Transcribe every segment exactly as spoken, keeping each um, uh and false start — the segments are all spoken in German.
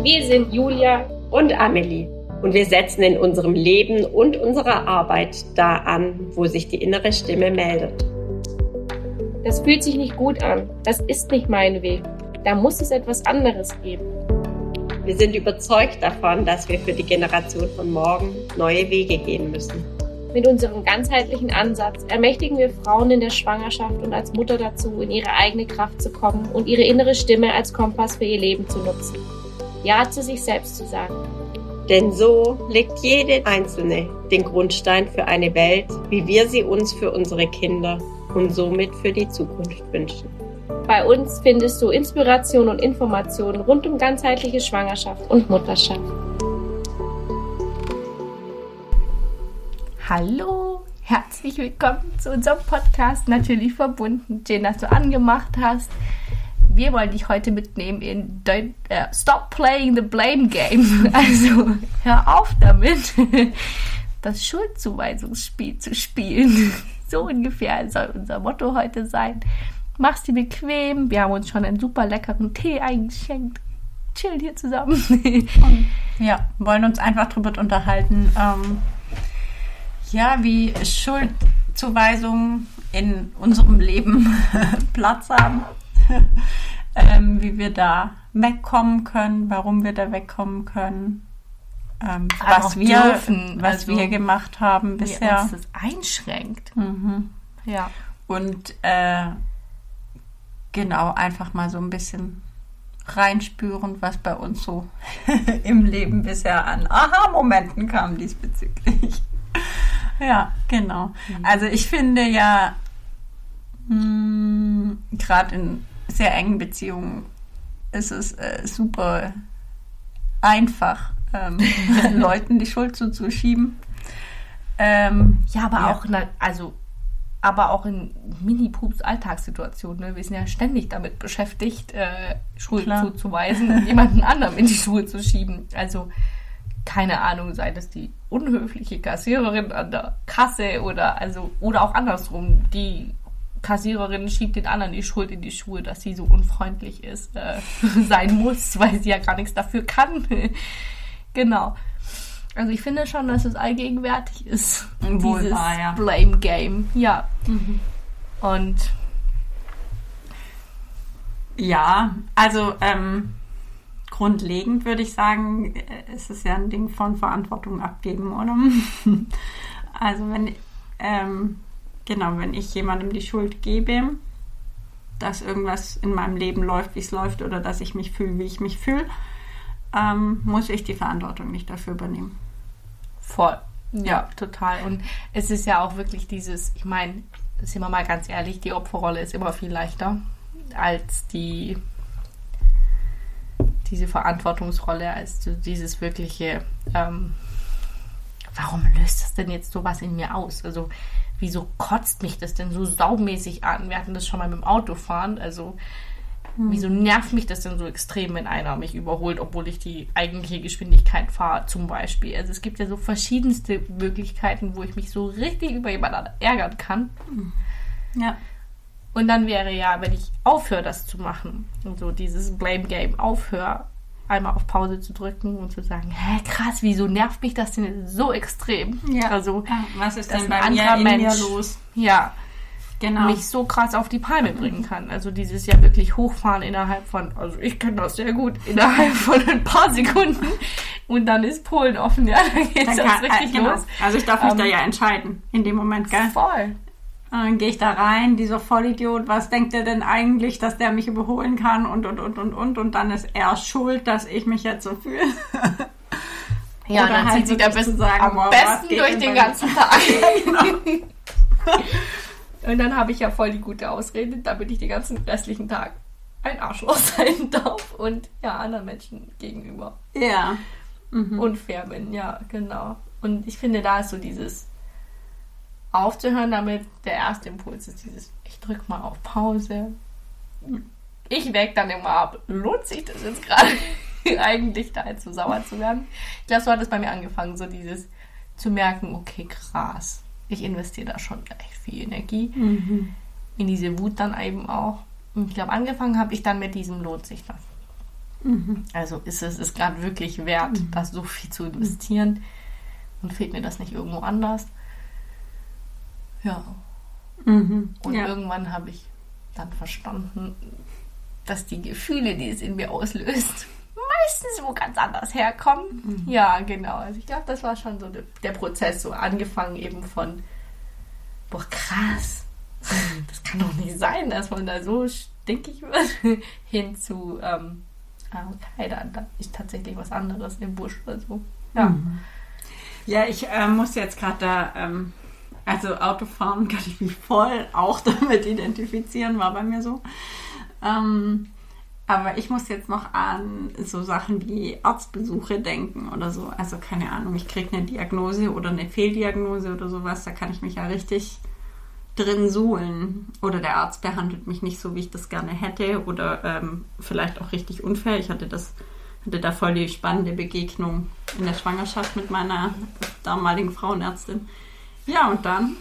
Wir sind Julia und Amelie und wir setzen in unserem Leben und unserer Arbeit da an, wo sich die innere Stimme meldet. Das fühlt sich nicht gut an. Das ist nicht mein Weg. Da muss es etwas anderes geben. Wir sind überzeugt davon, dass wir für die Generation von morgen neue Wege gehen müssen. Mit unserem ganzheitlichen Ansatz ermächtigen wir Frauen in der Schwangerschaft und als Mutter dazu, in ihre eigene Kraft zu kommen und ihre innere Stimme als Kompass für ihr Leben zu nutzen. Ja zu sich selbst zu sagen. Denn so legt jede Einzelne den Grundstein für eine Welt, wie wir sie uns für unsere Kinder und somit für die Zukunft wünschen. Bei uns findest du Inspiration und Informationen rund um ganzheitliche Schwangerschaft und Mutterschaft. Hallo, herzlich willkommen zu unserem Podcast, natürlich verbunden. Schön, dass du angemacht hast. Wir wollen dich heute mitnehmen in Don't, uh, Stop Playing the Blame Game. Also hör auf damit, das Schuldzuweisungsspiel zu spielen. So ungefähr soll unser Motto heute sein. Mach's dir bequem. Wir haben uns schon einen super leckeren Tee eingeschenkt. Chillen hier zusammen. Und, ja, wollen uns einfach drüber unterhalten, ähm, ja, wie Schuldzuweisungen in unserem Leben Platz haben. ähm, wie wir da wegkommen können, warum wir da wegkommen können, ähm, was wir dürfen, was also wir gemacht haben bisher. Wie uns das einschränkt. Mhm. Ja. Und äh, genau, einfach mal so ein bisschen reinspüren, was bei uns so im Leben bisher an Aha-Momenten kam diesbezüglich. Ja, genau. Mhm. Also ich finde ja, gerade in sehr engen Beziehungen ist es äh, super einfach, ähm, Leuten die Schuld zuzuschieben. Ähm, ja, aber ja. auch, also, aber auch in Mini-Pups-Alltagssituationen. Ne? Wir sind ja ständig damit beschäftigt, äh, Schuld Klar. zuzuweisen und jemanden anderem in die Schuhe zu schieben. Also, keine Ahnung, sei das die unhöfliche Kassiererin an der Kasse oder, also, oder auch andersrum, die Kassiererin schiebt den anderen die Schuld in die Schuhe, dass sie so unfreundlich ist, äh, sein muss, weil sie ja gar nichts dafür kann. Genau. Also ich finde schon, dass es allgegenwärtig ist. Wohl dieses wahr, ja. Blame Game. Ja. Mhm. Und ja, also ähm, grundlegend würde ich sagen, ist es ja ein Ding von Verantwortung abgeben, oder? Also wenn ähm, Genau, wenn ich jemandem die Schuld gebe, dass irgendwas in meinem Leben läuft, wie es läuft, oder dass ich mich fühle, wie ich mich fühle, ähm, muss ich die Verantwortung nicht dafür übernehmen. Voll. Ja, ja, total. Und es ist ja auch wirklich dieses, ich meine, sind wir mal ganz ehrlich, die Opferrolle ist immer viel leichter als die diese Verantwortungsrolle, als dieses wirkliche, ähm, warum löst das denn jetzt sowas in mir aus? Also wieso kotzt mich das denn so saumäßig an? Wir hatten das schon mal mit dem Autofahren. Also, hm. wieso nervt mich das denn so extrem, wenn einer mich überholt, obwohl ich die eigentliche Geschwindigkeit fahre, zum Beispiel? Also, es gibt ja so verschiedenste Möglichkeiten, wo ich mich so richtig über jemanden ärgern kann. Ja. Und dann wäre ja, wenn ich aufhöre, das zu machen und so dieses Blame Game aufhöre, einmal auf Pause zu drücken und zu sagen, hä, krass, wieso nervt mich das denn so extrem? Ja. Also, ja, was ist denn ein bei anderer mir, Mensch, in mir los? Ja, genau. mich so krass auf die Palme bringen kann. Also dieses ja wirklich Hochfahren innerhalb von, also ich kann das sehr gut, innerhalb von ein paar Sekunden und dann ist Polen offen, ja, dann geht das kann, richtig äh, genau. los. Also ich darf mich ähm, da ja entscheiden, in dem Moment, gell? Voll. Dann gehe ich da rein, dieser Vollidiot, was denkt der denn eigentlich, dass der mich überholen kann und, und, und, und, und, und dann ist er schuld, dass ich mich jetzt so fühle. Ja, oder dann halt zieht sie am besten, sagen, am boah, besten durch den ganzen Tag. Genau. Und dann habe ich ja voll die gute Ausrede, damit ich den ganzen restlichen Tag ein Arschloch sein darf und ja, anderen Menschen gegenüber. Ja. Mhm. Unfair bin, ja, genau. Und ich finde, da ist so dieses aufzuhören damit, der erste Impuls ist dieses, ich drücke mal auf Pause. Ich wäge dann immer ab, lohnt sich das jetzt gerade eigentlich da jetzt so sauer zu werden? Ich glaube, so hat es bei mir angefangen, so dieses zu merken, okay, krass, ich investiere da schon echt viel Energie mhm. in diese Wut dann eben auch. Und ich glaube, angefangen habe ich dann mit diesem lohnt sich das. Mhm. Also ist es ist gerade wirklich wert, mhm. das so viel zu investieren und fehlt mir das nicht irgendwo anders? Ja. Mhm. Und ja. irgendwann habe ich dann verstanden, dass die Gefühle, die es in mir auslöst, meistens wo ganz anders herkommen. Mhm. Ja, genau. Also ich glaube, das war schon so de, der Prozess, so angefangen eben von, boah, krass, das kann doch nicht sein, dass man da so stinkig wird, hin zu, ähm, okay, da, da ist tatsächlich was anderes im Busch oder so. Ja, mhm. ja ich äh, muss jetzt gerade da, ähm, also Autofahren kann ich mich voll auch damit identifizieren, war bei mir so. Ähm, aber ich muss jetzt noch an so Sachen wie Arztbesuche denken oder so. Also keine Ahnung, ich kriege eine Diagnose oder eine Fehldiagnose oder sowas, da kann ich mich ja richtig drin suhlen. Oder der Arzt behandelt mich nicht so, wie ich das gerne hätte oder ähm, vielleicht auch richtig unfair. Ich hatte das, hatte da voll die spannende Begegnung in der Schwangerschaft mit meiner damaligen Frauenärztin. Ja, und dann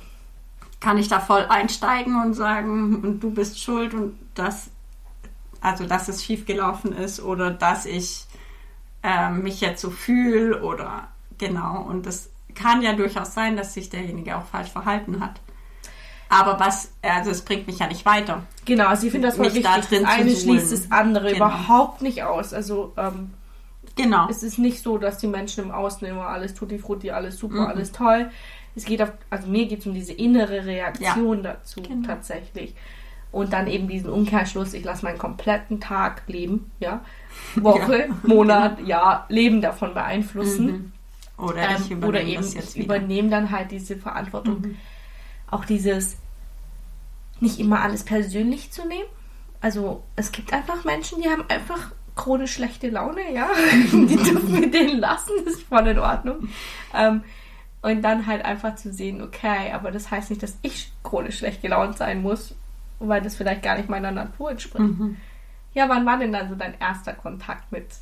kann ich da voll einsteigen und sagen, und du bist schuld und das, also dass es schief gelaufen ist oder dass ich äh, mich jetzt so fühle oder genau. Und das kann ja durchaus sein, dass sich derjenige auch falsch verhalten hat. Aber was, also es bringt mich ja nicht weiter. Genau, also ich finde das voll wichtig. Da drin das eine schließt das andere genau. überhaupt nicht aus. Also ähm, genau. Es ist nicht so, dass die Menschen im Außen immer alles tutti frutti, alles super, mhm. alles toll. Es geht auf, also mir geht es um diese innere Reaktion ja, dazu genau. tatsächlich. Und dann eben diesen Umkehrschluss, ich lasse meinen kompletten Tag leben, ja, Woche, ja. Monat, Jahr, Leben davon beeinflussen. Mhm. Oder ich ähm, übernehme oder eben das jetzt wieder. Übernehme dann halt diese Verantwortung. Mhm. Auch dieses, nicht immer alles persönlich zu nehmen. Also es gibt einfach Menschen, die haben einfach chronisch schlechte Laune, ja. Die dürfen wir denen lassen, das ist voll in Ordnung. Ähm, Und dann halt einfach zu sehen, okay, aber das heißt nicht, dass ich chronisch schlecht gelaunt sein muss, weil das vielleicht gar nicht meiner Natur entspricht. Mhm. Ja, wann war denn dann so dein erster Kontakt mit,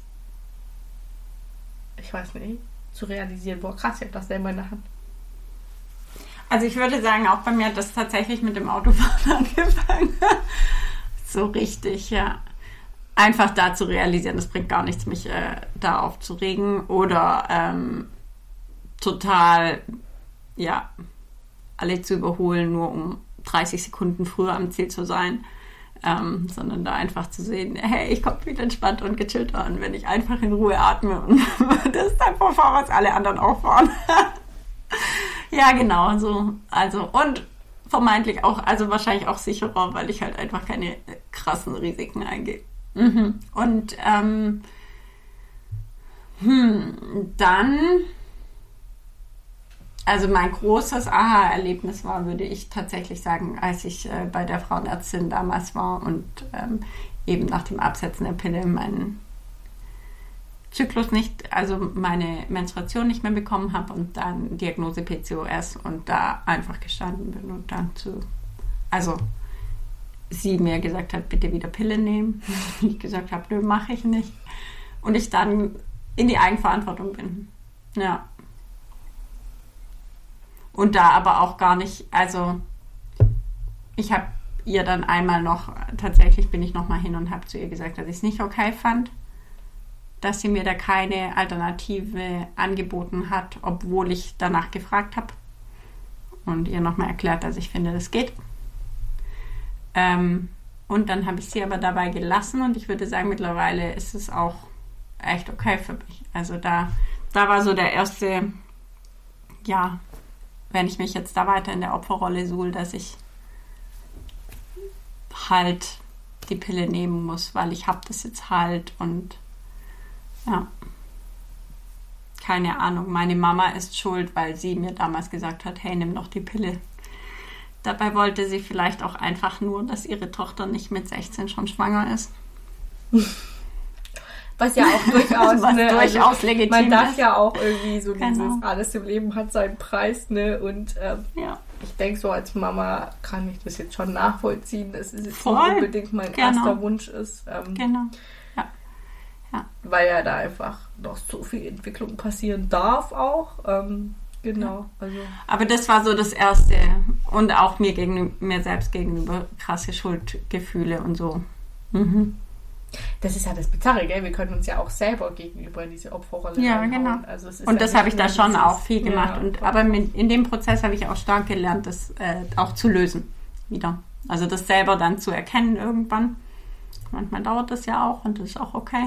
ich weiß nicht, zu realisieren, boah krass, ich hab das selber in der Hand? Also ich würde sagen, auch bei mir hat das tatsächlich mit dem Autofahren angefangen. So richtig, ja. Einfach da zu realisieren, das bringt gar nichts, mich äh, da aufzuregen oder ähm, total, ja, alle zu überholen, nur um dreißig Sekunden früher am Ziel zu sein, ähm, sondern da einfach zu sehen, hey, ich komme viel entspannter und gechillter an, wenn ich einfach in Ruhe atme und das Tempo fahre, was alle anderen auch fahren. Ja, genau, so, also, und vermeintlich auch, also wahrscheinlich auch sicherer, weil ich halt einfach keine krassen Risiken eingehe. Mhm. Und, ähm, hm, dann... Also mein großes Aha-Erlebnis war, würde ich tatsächlich sagen, als ich äh, bei der Frauenärztin damals war und ähm, eben nach dem Absetzen der Pille meinen Zyklus nicht, also meine Menstruation nicht mehr bekommen habe und dann Diagnose P C O S und da einfach gestanden bin und dann zu, also sie mir gesagt hat, bitte wieder Pille nehmen. Ich gesagt habe, nö, mache ich nicht. Und ich dann in die Eigenverantwortung bin. Ja. Und da aber auch gar nicht, also ich habe ihr dann einmal noch, tatsächlich bin ich noch mal hin und habe zu ihr gesagt, dass ich es nicht okay fand, dass sie mir da keine Alternative angeboten hat, obwohl ich danach gefragt habe. Und ihr nochmal erklärt, dass ich finde, das geht. Ähm, und dann habe ich sie aber dabei gelassen und ich würde sagen, mittlerweile ist es auch echt okay für mich. Also da, da war so der erste, ja, wenn ich mich jetzt da weiter in der Opferrolle suhle, dass ich halt die Pille nehmen muss, weil ich habe das jetzt halt und ja, keine Ahnung, meine Mama ist schuld, weil sie mir damals gesagt hat, hey, nimm doch die Pille. Dabei wollte sie vielleicht auch einfach nur, dass ihre Tochter nicht mit sechzehn schon schwanger ist. Was ja auch durchaus, was ne, durchaus also, legitim man darf ist. ja auch irgendwie so genau. dieses, alles im Leben hat seinen Preis, ne, und ähm, ja. ich denke so als Mama kann ich das jetzt schon nachvollziehen, dass es jetzt Voll. nicht unbedingt mein genau. erster Wunsch ist. Ähm, genau. Ja. Ja. Weil ja da einfach noch so viel Entwicklung passieren darf auch. Ähm, genau. Ja. Also. Aber das war so das Erste. Und auch mir, gegenüber, mir selbst gegenüber krasse Schuldgefühle und so. Mhm. das ist ja das Bizarre, gell? Wir können uns ja auch selber gegenüber in diese Opferrolle Ja, reinhauen. genau. Also es ist und ja das habe ich da schon dieses, auch viel gemacht. Ja, und, aber mit, in dem Prozess habe ich auch stark gelernt, das äh, auch zu lösen wieder. Also das selber dann zu erkennen irgendwann. Manchmal dauert das ja auch und das ist auch okay.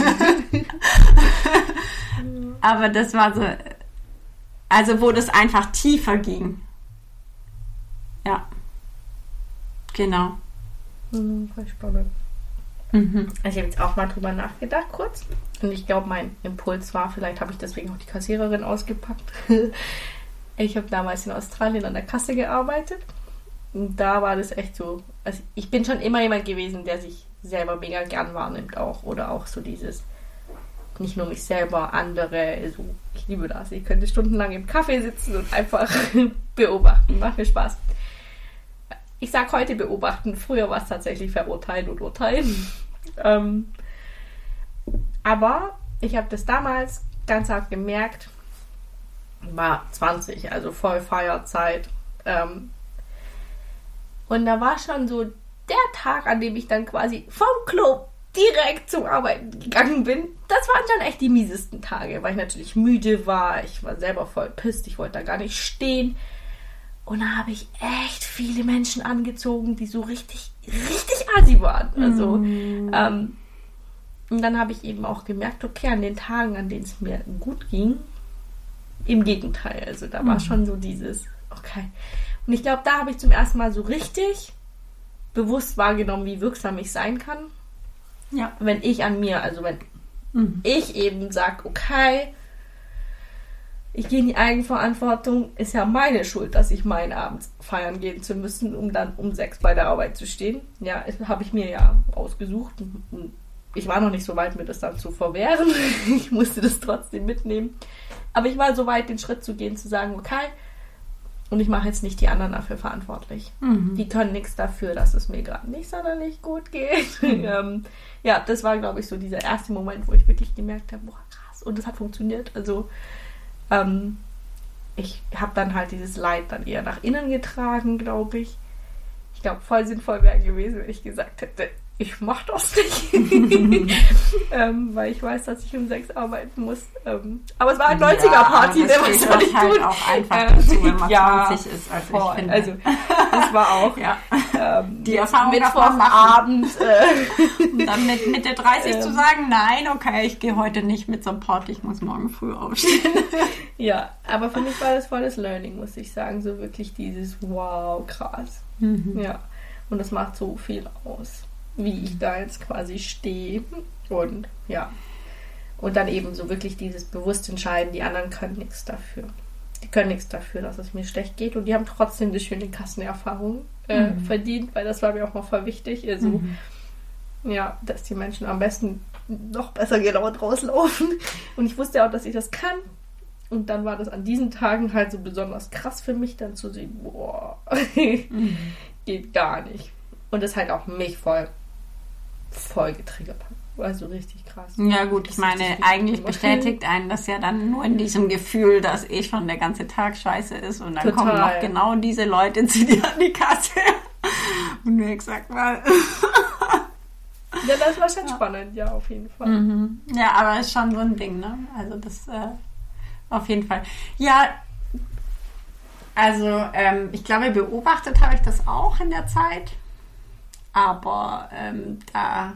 Aber das war so, also wo das einfach tiefer ging. Ja. Genau. Mhm, voll spannend. Mhm. Also ich habe jetzt auch mal drüber nachgedacht kurz. Und ich glaube, mein Impuls war, vielleicht habe ich deswegen auch die Kassiererin ausgepackt. Ich habe damals in Australien an der Kasse gearbeitet. Und da war das echt so, also ich bin schon immer jemand gewesen, der sich selber mega gern wahrnimmt auch. Oder auch so dieses, nicht nur mich selber, andere, so, ich liebe das. Ich könnte stundenlang im Café sitzen und einfach beobachten. Macht mir Spaß. Ich sage heute beobachten, früher war es tatsächlich verurteilen und urteilen. ähm, aber ich habe das damals ganz arg gemerkt, war zwanzig, also voll Feierzeit. Ähm, und da war schon so der Tag, an dem ich dann quasi vom Klo direkt zum Arbeiten gegangen bin. Das waren schon echt die miesesten Tage, weil ich natürlich müde war. Ich war selber voll pisst, ich wollte da gar nicht stehen. Und da habe ich echt viele Menschen angezogen, die so richtig, richtig assi waren. Also, mm. ähm, und dann habe ich eben auch gemerkt, okay, an den Tagen, an denen es mir gut ging, im Gegenteil. Also da war mm. schon so dieses, okay. Und ich glaube, da habe ich zum ersten Mal so richtig bewusst wahrgenommen, wie wirksam ich sein kann. Ja. Wenn ich an mir, also wenn mm. ich eben sage, okay, ich gehe in die Eigenverantwortung, ist ja meine Schuld, dass ich meinen Abend feiern gehen zu müssen, um dann um sechs bei der Arbeit zu stehen. Ja, das habe ich mir ja ausgesucht. Ich war noch nicht so weit, mir das dann zu verwehren. Ich musste das trotzdem mitnehmen. Aber ich war so weit, den Schritt zu gehen, zu sagen, okay, und ich mache jetzt nicht die anderen dafür verantwortlich. Mhm. Die können nichts dafür, dass es mir gerade nicht sonderlich gut geht. Mhm. ähm, ja, das war, glaube ich, so dieser erste Moment, wo ich wirklich gemerkt habe, boah, krass, und das hat funktioniert. Also Ähm, ich habe dann halt dieses Leid dann eher nach innen getragen, glaube ich. Ich glaube, voll sinnvoll wäre gewesen, wenn ich gesagt hätte, ich mache das nicht. ähm, weil ich weiß, dass ich um sechs arbeiten muss. Ähm, aber es war eine neunziger-Party, ja, ne? Was soll ich halt tun? auch einfach dazu, wenn man ja, zwanzig ist. Also, voll. Ich finde. Also das war auch ja. ähm, die Erfahrung Mittwochabend. Äh, Und dann mit Mitte dreißig ähm, zu sagen, nein, okay, ich gehe heute nicht mit Support, ich muss morgen früh aufstehen. Ja, aber für mich war das volles Learning, muss ich sagen. So wirklich dieses, wow, krass. Mhm. Ja, und das macht so viel aus, wie ich da jetzt quasi stehe. Und ja, und dann eben so wirklich dieses bewusst entscheiden, die anderen können nichts dafür. Die können nichts dafür, dass es mir schlecht geht, und die haben trotzdem eine schöne Kassenerfahrung äh, mhm. verdient, weil das war mir auch mal voll wichtig. Also, mhm. ja, dass die Menschen am besten noch besser gelaunt rauslaufen. Und ich wusste auch, dass ich das kann. Und dann war das an diesen Tagen halt so besonders krass für mich, dann zu sehen, boah, mhm. geht gar nicht. Und das halt auch mich voll, voll getriggert hat. War so richtig krass. Ja gut, ich meine, eigentlich bestätigt einen das ja dann nur in diesem Gefühl, dass eh schon der ganze Tag scheiße ist, und dann Total. kommen noch genau diese Leute zu dir an die Kasse. Und du sag mal. Ja, das war schon ja. spannend, ja, auf jeden Fall. Mhm. Ja, aber ist schon so ein Ding, ne? Also das äh, auf jeden Fall. Ja, also ähm, ich glaube, beobachtet habe ich das auch in der Zeit, aber ähm, da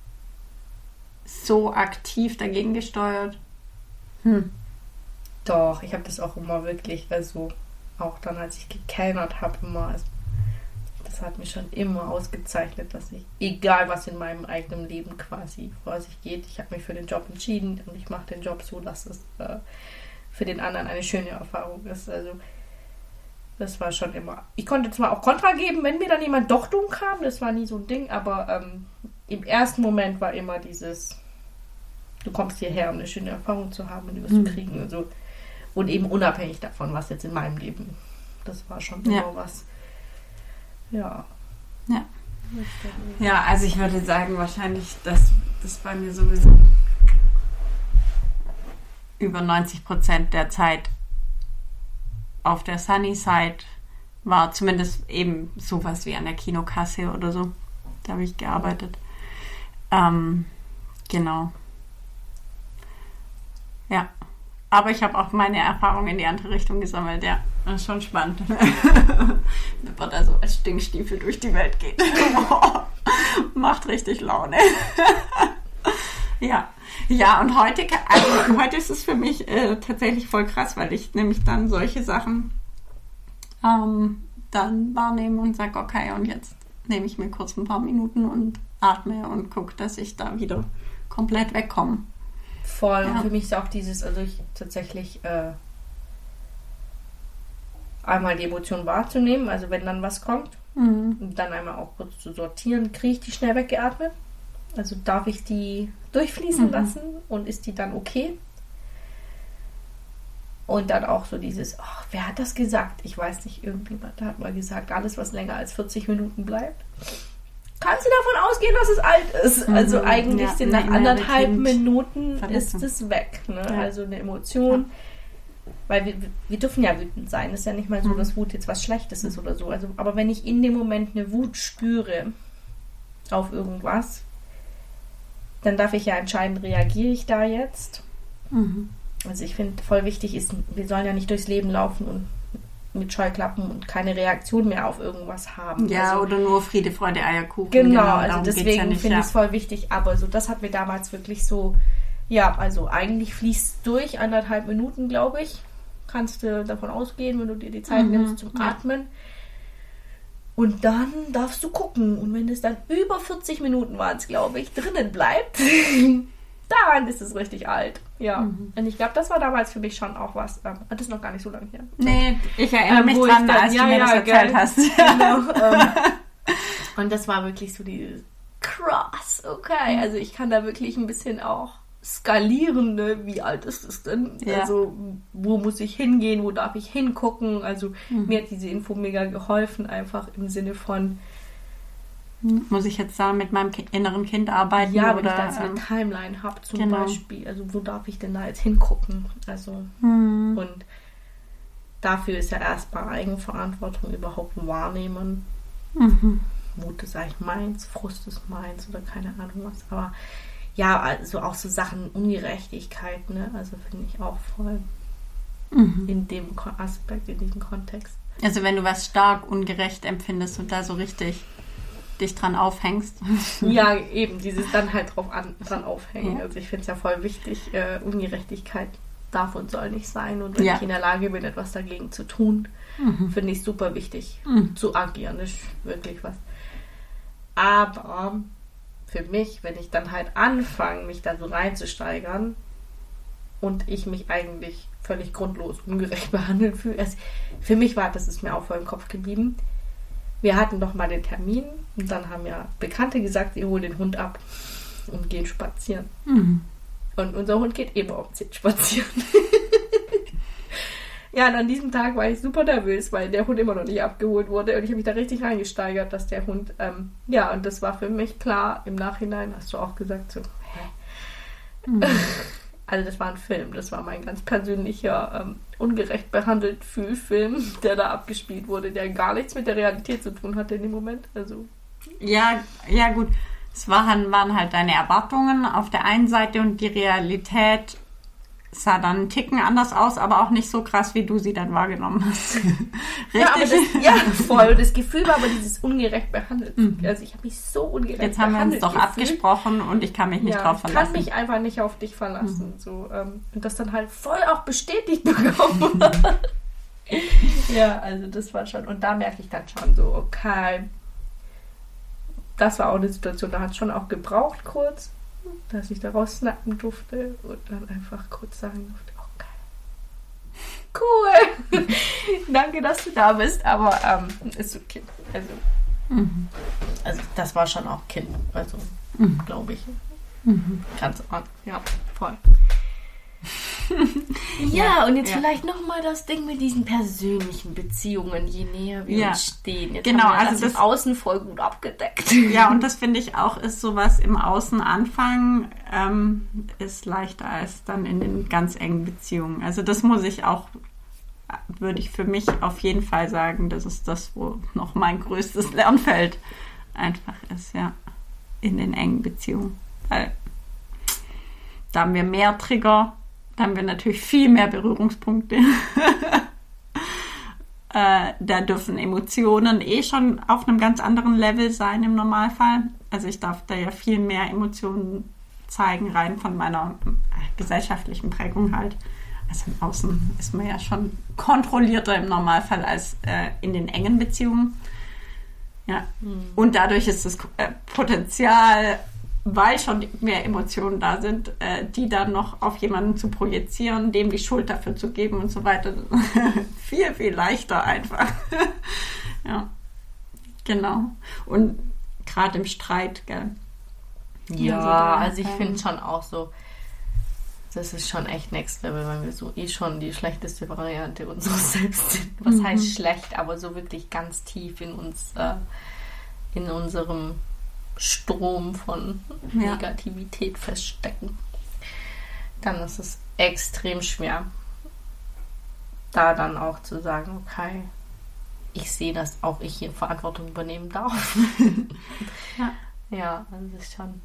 so aktiv dagegen gesteuert. Hm. Doch, ich habe das auch immer wirklich, also auch dann, als ich gekellnert habe, immer, also, das hat mich schon immer ausgezeichnet, dass ich, egal was in meinem eigenen Leben quasi vor sich geht, ich habe mich für den Job entschieden und ich mache den Job so, dass es äh, für den anderen eine schöne Erfahrung ist. Also das war schon immer. Ich konnte zwar auch Kontra geben, wenn mir dann jemand doch dumm kam, das war nie so ein Ding, aber ähm, im ersten Moment war immer dieses, du kommst hierher, um eine schöne Erfahrung zu haben, und die wirst du mhm. kriegen. Also, und eben unabhängig davon, was jetzt in meinem Leben. Das war schon immer ja. was. Ja. Ja. Ja, also ich würde sagen, wahrscheinlich, dass das bei mir sowieso über neunzig Prozent der Zeit auf der Sunny Side war, zumindest eben sowas wie an der Kinokasse oder so. Da habe ich gearbeitet. Ähm, Genau. Ja. Aber ich habe auch meine Erfahrungen in die andere Richtung gesammelt, ja. Das ist schon spannend. Wenn man also als Stinkstiefel durch die Welt geht. Macht richtig Laune. Ja. Ja, und heute, also heute ist es für mich äh, tatsächlich voll krass, weil ich nämlich dann solche Sachen ähm, dann wahrnehme und sage, okay, und jetzt nehme ich mir kurz ein paar Minuten und atme und gucke, dass ich da wieder komplett wegkomme. Voll. Ja. Und für mich ist auch dieses, also ich tatsächlich äh, einmal die Emotion wahrzunehmen, also wenn dann was kommt, Mhm. und dann einmal auch kurz zu sortieren, kriege ich die schnell weggeatmet? Also darf ich die durchfließen Mhm. lassen und ist die dann okay? Und dann auch so dieses, ach, wer hat das gesagt? Ich weiß nicht, irgendjemand hat mal gesagt, alles, was länger als vierzig Minuten bleibt, kannst du davon ausgehen, dass es alt ist. Mhm. Also eigentlich Ja, sind nach eine anderthalb Kind- Minuten Verletzung. ist es weg. Ne? Ja. Also eine Emotion. Weil wir, wir dürfen ja wütend sein. Es ist ja nicht mal so, Mhm. dass Wut jetzt was Schlechtes ist oder so. Also, aber wenn ich in dem Moment eine Wut spüre auf irgendwas, dann darf ich ja entscheiden, reagiere ich da jetzt? Mhm. Also ich finde, voll wichtig ist, wir sollen ja nicht durchs Leben laufen und mit Scheuklappen und keine Reaktion mehr auf irgendwas haben. Ja, also, oder nur Friede, Freude, Eierkuchen. genau, also darum geht's deswegen ja nicht, finde ja. ich es voll wichtig. Aber so, das hat mir damals wirklich so, ja, also eigentlich fließt durch, anderthalb Minuten, glaube ich. Kannst du davon ausgehen, wenn du dir die Zeit Mhm, nimmst zum ja. Atmen. Und dann darfst du gucken. Und wenn es dann über vierzig Minuten waren es, glaube ich, drinnen bleibt, dann ist es richtig alt. Ja. Mhm. Und ich glaube, das war damals für mich schon auch was. Ähm, das ist noch gar nicht so lange her. Nee, ich erinnere Ähm, mich wo dran, ich dann- als ja, du mir ja, das erzählt geil. hast. Genau, ähm, und das war wirklich so dieses krass, okay. Also ich kann da wirklich ein bisschen auch skalieren, ne? Wie alt ist es denn? Ja. Also wo muss ich hingehen, wo darf ich hingucken? Also Mhm. mir hat diese Info mega geholfen, einfach im Sinne von, Muss ich jetzt da mit meinem Ki- inneren Kind arbeiten? ja, wenn oder, ich da jetzt eine ähm, Timeline habe zum genau. Beispiel, also wo darf ich denn da jetzt hingucken? Also Mhm. und dafür ist ja erstmal Eigenverantwortung überhaupt wahrnehmen. Mhm. Wut ist eigentlich meins, Frust ist meins oder keine Ahnung was. Aber ja, also auch so Sachen Ungerechtigkeit, ne? Also finde ich auch voll Mhm. in dem Ko- Aspekt, in diesem Kontext. Also wenn du was stark ungerecht empfindest und da so richtig dich dran aufhängst. Ja, eben, dieses dann halt drauf an, dran aufhängen. Ja. Also ich finde es ja voll wichtig, äh, Ungerechtigkeit darf und soll nicht sein. Und wenn Ja. ich in der Lage bin, etwas dagegen zu tun, Mhm. finde ich super wichtig, Mhm. zu agieren. Das ist wirklich was. Aber für mich, wenn ich dann halt anfange, mich da so reinzusteigern und ich mich eigentlich völlig grundlos ungerecht behandelt fühle, also für mich war das, ist mir auch voll im Kopf geblieben. Wir hatten doch mal den Termin und dann haben ja Bekannte gesagt, sie holen den Hund ab und gehen spazieren. Mhm. Und unser Hund geht eben um zehn spazieren. Ja, und an diesem Tag war ich super nervös, weil der Hund immer noch nicht abgeholt wurde. Und ich habe mich da richtig reingesteigert, dass der Hund, ähm, ja, und das war für mich klar, im Nachhinein hast du auch gesagt, so, hä? Mhm. Also das war ein Film, das war mein ganz persönlicher, ähm, ungerecht behandelt Fühlfilm, der da abgespielt wurde, der gar nichts mit der Realität zu tun hatte in dem Moment. Also, Ja, ja gut. Es waren, waren halt deine Erwartungen auf der einen Seite und die Realität sah dann einen Ticken anders aus, aber auch nicht so krass, wie du sie dann wahrgenommen hast. Richtig? ja, aber das, ja, voll. Das Gefühl war aber dieses ungerecht behandelt. Mhm. Also ich habe mich so ungerecht Jetzt haben wir uns behandelt doch gefühlt. abgesprochen und ich kann mich nicht Ja, drauf ich kann verlassen. mich einfach nicht auf dich verlassen. So, ähm, und das dann halt voll auch bestätigt bekommen. Ja, also das war schon, und da merke ich dann schon so, okay, das war auch eine Situation, da hat es schon auch gebraucht kurz, dass ich da raussnappen durfte und dann einfach kurz sagen durfte, okay, cool, danke, dass du da bist, aber ähm, ist okay. Also, Mhm. also das war schon auch Kind, also Mhm. glaube ich. Mhm. Ganz an. Ja, voll. Ja, und jetzt ja. vielleicht nochmal das Ding mit diesen persönlichen Beziehungen, je näher wir Ja. uns stehen. Jetzt Genau, haben wir also das, das- im Außen voll gut abgedeckt. Ja, und das finde ich auch, ist sowas im Außen anfangen, ähm, ist leichter als dann in den ganz engen Beziehungen. Also das muss ich auch, würde ich für mich auf jeden Fall sagen, das ist das, wo noch mein größtes Lernfeld einfach ist, ja, in den engen Beziehungen. Weil Da haben wir mehr Trigger, da haben wir natürlich viel mehr Berührungspunkte. äh, da dürfen Emotionen eh schon auf einem ganz anderen Level sein im Normalfall. Also ich darf da ja viel mehr Emotionen zeigen, rein von meiner gesellschaftlichen Prägung halt. Also im Außen ist man ja schon kontrollierter im Normalfall als äh, in den engen Beziehungen. Ja. Mhm. Und dadurch ist das äh, Potenzial, weil schon mehr Emotionen da sind, äh, die dann noch auf jemanden zu projizieren, dem die Schuld dafür zu geben und so weiter, viel, viel leichter einfach. Ja, genau. Und gerade im Streit, gell? Ja, also, da, also ich ähm, finde schon auch so, das ist schon echt Next Level, wenn wir so eh schon die schlechteste Variante unseres Selbst sind. Was mhm. heißt schlecht, aber so wirklich ganz tief in uns, äh, in unserem Strom von ja. Negativität feststecken. Dann ist es extrem schwer, da dann auch zu sagen, okay, ich sehe, dass auch ich hier Verantwortung übernehmen darf. ja. ja, das ist schon...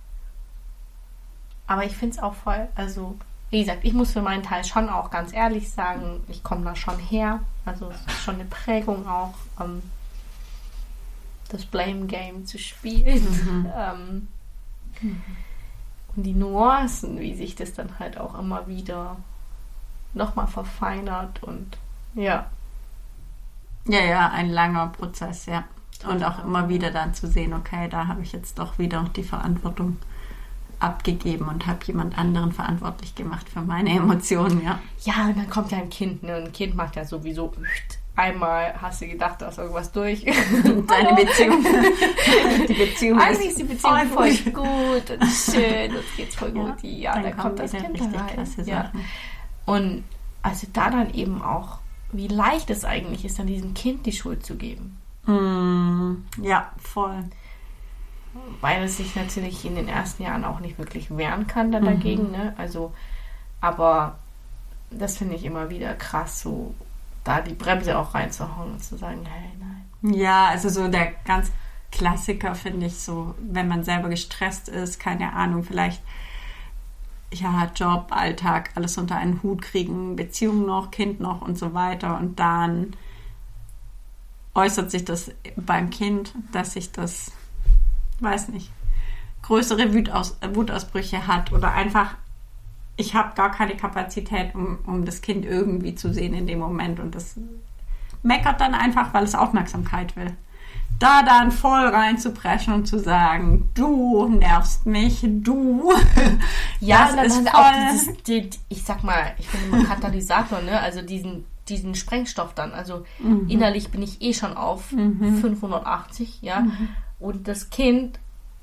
Aber ich finde es auch voll, also wie gesagt, ich muss für meinen Teil schon auch ganz ehrlich sagen, ich komme da schon her. Also es ist schon eine Prägung auch, ähm, das Blame Game zu spielen. Mhm. ähm, mhm. Und die Nuancen, wie sich das dann halt auch immer wieder nochmal verfeinert und ja. Ja, ja, ein langer Prozess, ja. Und auch immer wieder dann zu sehen, okay, da habe ich jetzt doch wieder die Verantwortung abgegeben und habe jemand anderen verantwortlich gemacht für meine Emotionen, ja. Ja, und dann kommt ja ein Kind, ne? Ein Kind macht ja sowieso einmal, hast du gedacht, da ist irgendwas durch. Deine Beziehung. Die Beziehung Eigentlich ist die Beziehung voll, voll gut und schön, uns geht's voll gut. Ja, ja da kommt das Kind rein. Ja. Und also da dann eben auch, wie leicht es eigentlich ist, dann diesem Kind die Schuld zu geben. Mm, ja, voll. Weil es sich natürlich in den ersten Jahren auch nicht wirklich wehren kann dann dagegen, mhm. ne? Also, aber das finde ich immer wieder krass, so da die Bremse auch reinzuhauen und zu sagen, hey, nein. Ja, also so der ganz Klassiker finde ich so, wenn man selber gestresst ist, keine Ahnung, vielleicht ja, Job, Alltag, alles unter einen Hut kriegen, Beziehung noch, Kind noch und so weiter und dann äußert sich das beim Kind, dass sich das weiß nicht, größere Wutaus- Wutausbrüche hat oder einfach, ich habe gar keine Kapazität, um, um das Kind irgendwie zu sehen in dem Moment und das meckert dann einfach, weil es Aufmerksamkeit will. Da dann voll reinzupreschen und zu sagen, du nervst mich, du. Ja, das dann ist voll auch dieses, die, ich sag mal, ich finde immer Katalysator, ne, also diesen diesen Sprengstoff dann, also mhm. innerlich bin ich eh schon auf mhm. fünfhundertachtzig, ja, mhm. und das Kind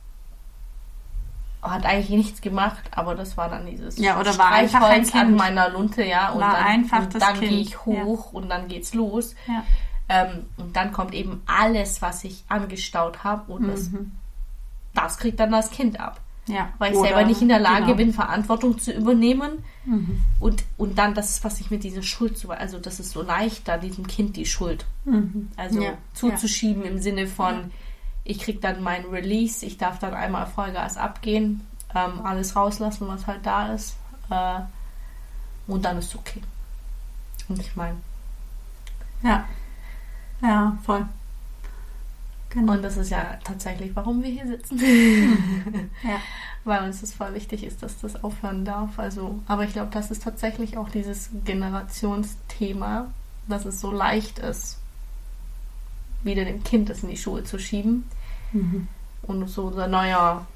hat eigentlich nichts gemacht, aber das war dann dieses ja, oder war einfach ein Kind an meiner Lunte, ja, und war dann, einfach und das dann Kind. gehe ich hoch ja. und dann geht's los. Ja. Ähm, und dann kommt eben alles, was ich angestaut habe und mhm. das, das kriegt dann das Kind ab. Ja. Weil ich oder, selber nicht in der Lage genau. bin, Verantwortung zu übernehmen. Mhm. Und, und dann das, was ich mit dieser Schuld zu, also das ist so leicht, da diesem Kind die Schuld mhm. also ja. zuzuschieben ja. im Sinne von, ja. ich krieg dann mein Release, ich darf dann einmal Vollgas abgehen, ähm, alles rauslassen, was halt da ist. Äh, und dann ist es okay. Und ich meine. Ja. Ja, voll. Genau. Und das ist ja tatsächlich, warum wir hier sitzen. ja. Weil uns das voll wichtig ist, dass das aufhören darf. Also, aber ich glaube, das ist tatsächlich auch dieses Generationsthema, dass es so leicht ist, wieder dem Kind das in die Schuhe zu schieben. Mhm. Und so unser neuer,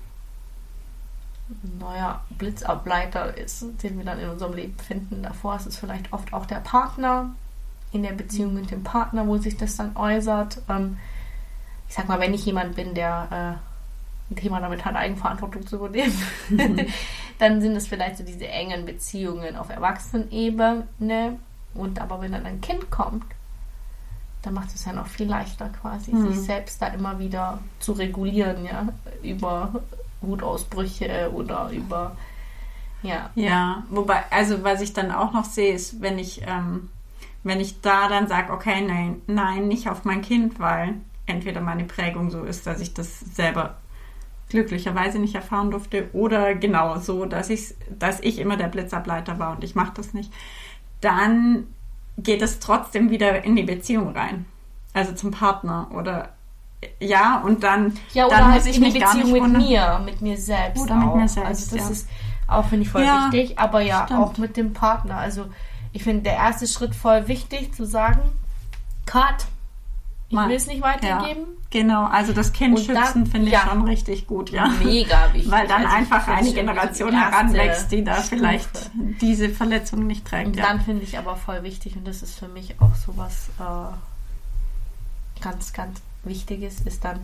neuer Blitzableiter ist, den wir dann in unserem Leben finden. Davor ist es vielleicht oft auch der Partner, in der Beziehung mit dem Partner, wo sich das dann äußert. Ähm, ich sag mal, wenn ich jemand bin, der äh, ein Thema damit hat, Eigenverantwortung zu übernehmen, mhm. dann sind es vielleicht so diese engen Beziehungen auf Erwachsenenebene. Und aber wenn dann ein Kind kommt, dann macht es ja noch viel leichter quasi, mhm. sich selbst da immer wieder zu regulieren, ja, über Wutausbrüche oder über, ja. Ja, wobei, also was ich dann auch noch sehe, ist, wenn ich, ähm, wenn ich da dann sage, okay, nein, nein, nicht auf mein Kind, weil entweder meine Prägung so ist, dass ich das selber glücklicherweise nicht erfahren durfte, oder genau so, dass ich, dass ich immer der Blitzableiter war und ich mache das nicht, dann geht es trotzdem wieder in die Beziehung rein. Also zum Partner oder ja, und dann, ja, oder dann halt muss ich in die mich gar Beziehung nicht mit wundern. mir, mit mir selbst Oder auch. mit mir selbst, also das ja. ist auch, finde ich, voll Ja, wichtig, aber ja, stimmt. auch mit dem Partner. Also ich finde, der erste Schritt voll wichtig, zu sagen, Cut, ich Mal- will es nicht weitergeben. Ja, genau, also das Kind Und dann- schützen finde ich ja. schon richtig gut, ja. Mega wichtig. Weil dann Also ich einfach finde eine schon Generation die erste heranwächst, die da Stufe. vielleicht diese Verletzung nicht trägt. Und Ja. dann finde ich aber voll wichtig, und das ist für mich auch sowas äh, ganz, ganz Wichtiges, ist dann,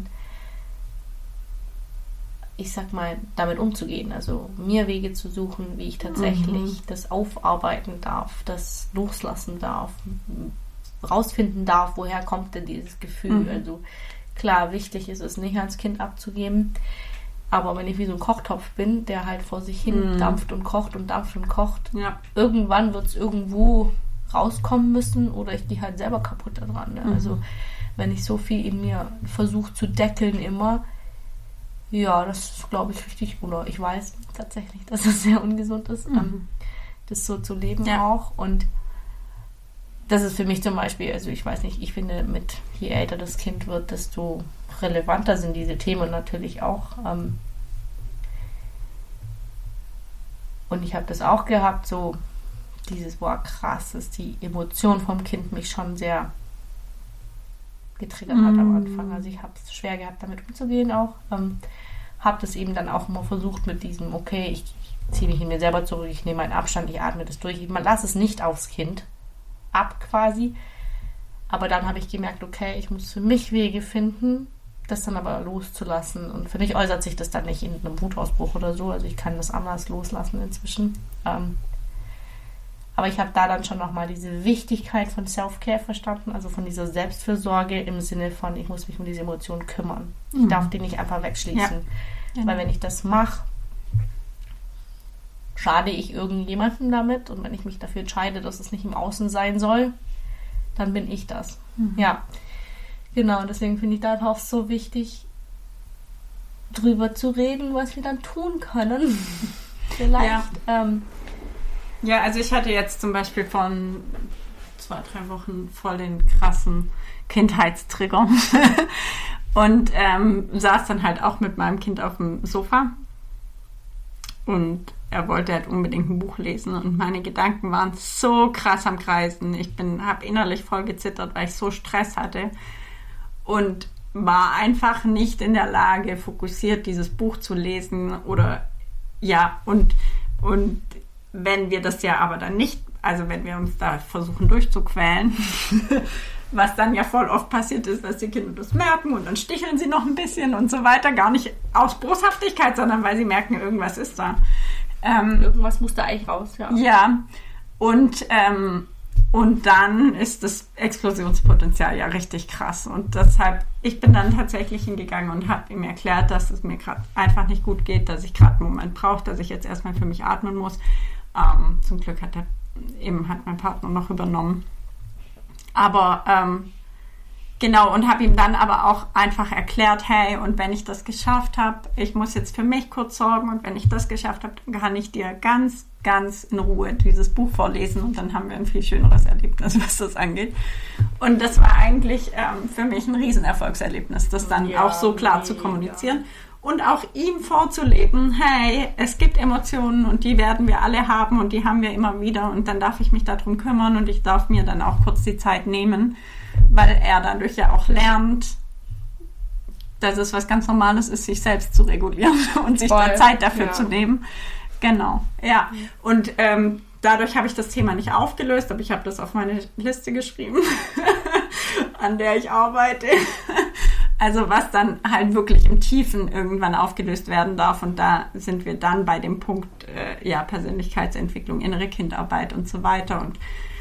ich sag mal, damit umzugehen. Also mir Wege zu suchen, wie ich tatsächlich Mhm. das aufarbeiten darf, das loslassen darf, m- rausfinden darf, woher kommt denn dieses Gefühl. Mhm. Also klar, wichtig ist es nicht, ans Kind abzugeben, aber wenn ich wie so ein Kochtopf bin, der halt vor sich hin Mhm. dampft und kocht und dampft und kocht, Ja. irgendwann wird es irgendwo rauskommen müssen, oder ich gehe halt selber kaputt daran. Ne? Mhm. Also wenn ich so viel in mir versuche zu deckeln immer, ja, das ist, glaube ich, richtig, oder ich weiß tatsächlich, dass es sehr ungesund ist, Mhm. ähm, das so zu leben Ja. auch. Und das ist für mich zum Beispiel, also ich weiß nicht, ich finde, mit je älter das Kind wird, desto relevanter sind diese Themen natürlich auch. Ähm, und ich habe das auch gehabt, so dieses, boah, krass, dass die Emotion vom Kind mich schon sehr getriggert hat am Mm. Anfang. Also ich habe es schwer gehabt, damit umzugehen auch. Ähm, habe das eben dann auch immer versucht mit diesem, okay, ich, ich ziehe mich in mir selber zurück, ich nehme einen Abstand, ich atme das durch. Man lasse es nicht aufs Kind ab quasi. Aber dann habe ich gemerkt, okay, ich muss für mich Wege finden, das dann aber loszulassen. Und für mich äußert sich das dann nicht in einem Wutausbruch oder so. Also ich kann das anders loslassen inzwischen. Ähm, aber ich habe da dann schon nochmal diese Wichtigkeit von Self-Care verstanden, also von dieser Selbstfürsorge im Sinne von, ich muss mich um diese Emotionen kümmern. Ich Mhm. darf die nicht einfach wegschließen. Ja. Genau. Weil wenn ich das mache, schade ich irgendjemandem damit. Und wenn ich mich dafür entscheide, dass es nicht im Außen sein soll, dann bin ich das. Mhm. Ja, genau. Und deswegen finde ich da auch so wichtig, drüber zu reden, was wir dann tun können. Vielleicht. Ja. Ähm, Ja, also ich hatte jetzt zum Beispiel von zwei, drei Wochen voll den krassen Kindheitstrigger und ähm, saß dann halt auch mit meinem Kind auf dem Sofa und er wollte halt unbedingt ein Buch lesen und meine Gedanken waren so krass am Kreisen. Ich bin, habe innerlich voll gezittert, weil ich so Stress hatte und war einfach nicht in der Lage, fokussiert dieses Buch zu lesen oder ja, und, und wenn wir das ja aber dann nicht, also wenn wir uns da versuchen durchzuquälen, was dann ja voll oft passiert ist, dass die Kinder das merken und dann sticheln sie noch ein bisschen und so weiter, gar nicht aus Boshaftigkeit, sondern weil sie merken, irgendwas ist da. Ähm, irgendwas muss da eigentlich raus, ja. ja, und, ähm, und dann ist das Explosionspotenzial ja richtig krass und deshalb, ich bin dann tatsächlich hingegangen und habe ihm erklärt, dass es mir gerade einfach nicht gut geht, dass ich gerade einen Moment brauche, dass ich jetzt erstmal für mich atmen muss. Ähm, zum Glück hat er eben hat mein Partner noch übernommen. Aber ähm, genau, und habe ihm dann aber auch einfach erklärt, hey, und wenn ich das geschafft habe, ich muss jetzt für mich kurz sorgen und wenn ich das geschafft habe, dann kann ich dir ganz, ganz in Ruhe dieses Buch vorlesen und dann haben wir ein viel schöneres Erlebnis, was das angeht. Und das war eigentlich ähm, für mich ein Riesenerfolgserlebnis, das dann Ja, auch so klar mega. zu kommunizieren. Und auch ihm vorzuleben, hey, es gibt Emotionen und die werden wir alle haben und die haben wir immer wieder und dann darf ich mich darum kümmern und ich darf mir dann auch kurz die Zeit nehmen, weil er dadurch ja auch lernt, dass es was ganz Normales ist, sich selbst zu regulieren und sich Voll, da Zeit dafür ja. zu nehmen. Genau, ja. Und ähm, dadurch habe ich das Thema nicht aufgelöst, aber ich habe das auf meine Liste geschrieben, an der ich arbeite. Also was dann halt wirklich im Tiefen irgendwann aufgelöst werden darf und da sind wir dann bei dem Punkt, äh, ja, Persönlichkeitsentwicklung, innere Kindarbeit und so weiter und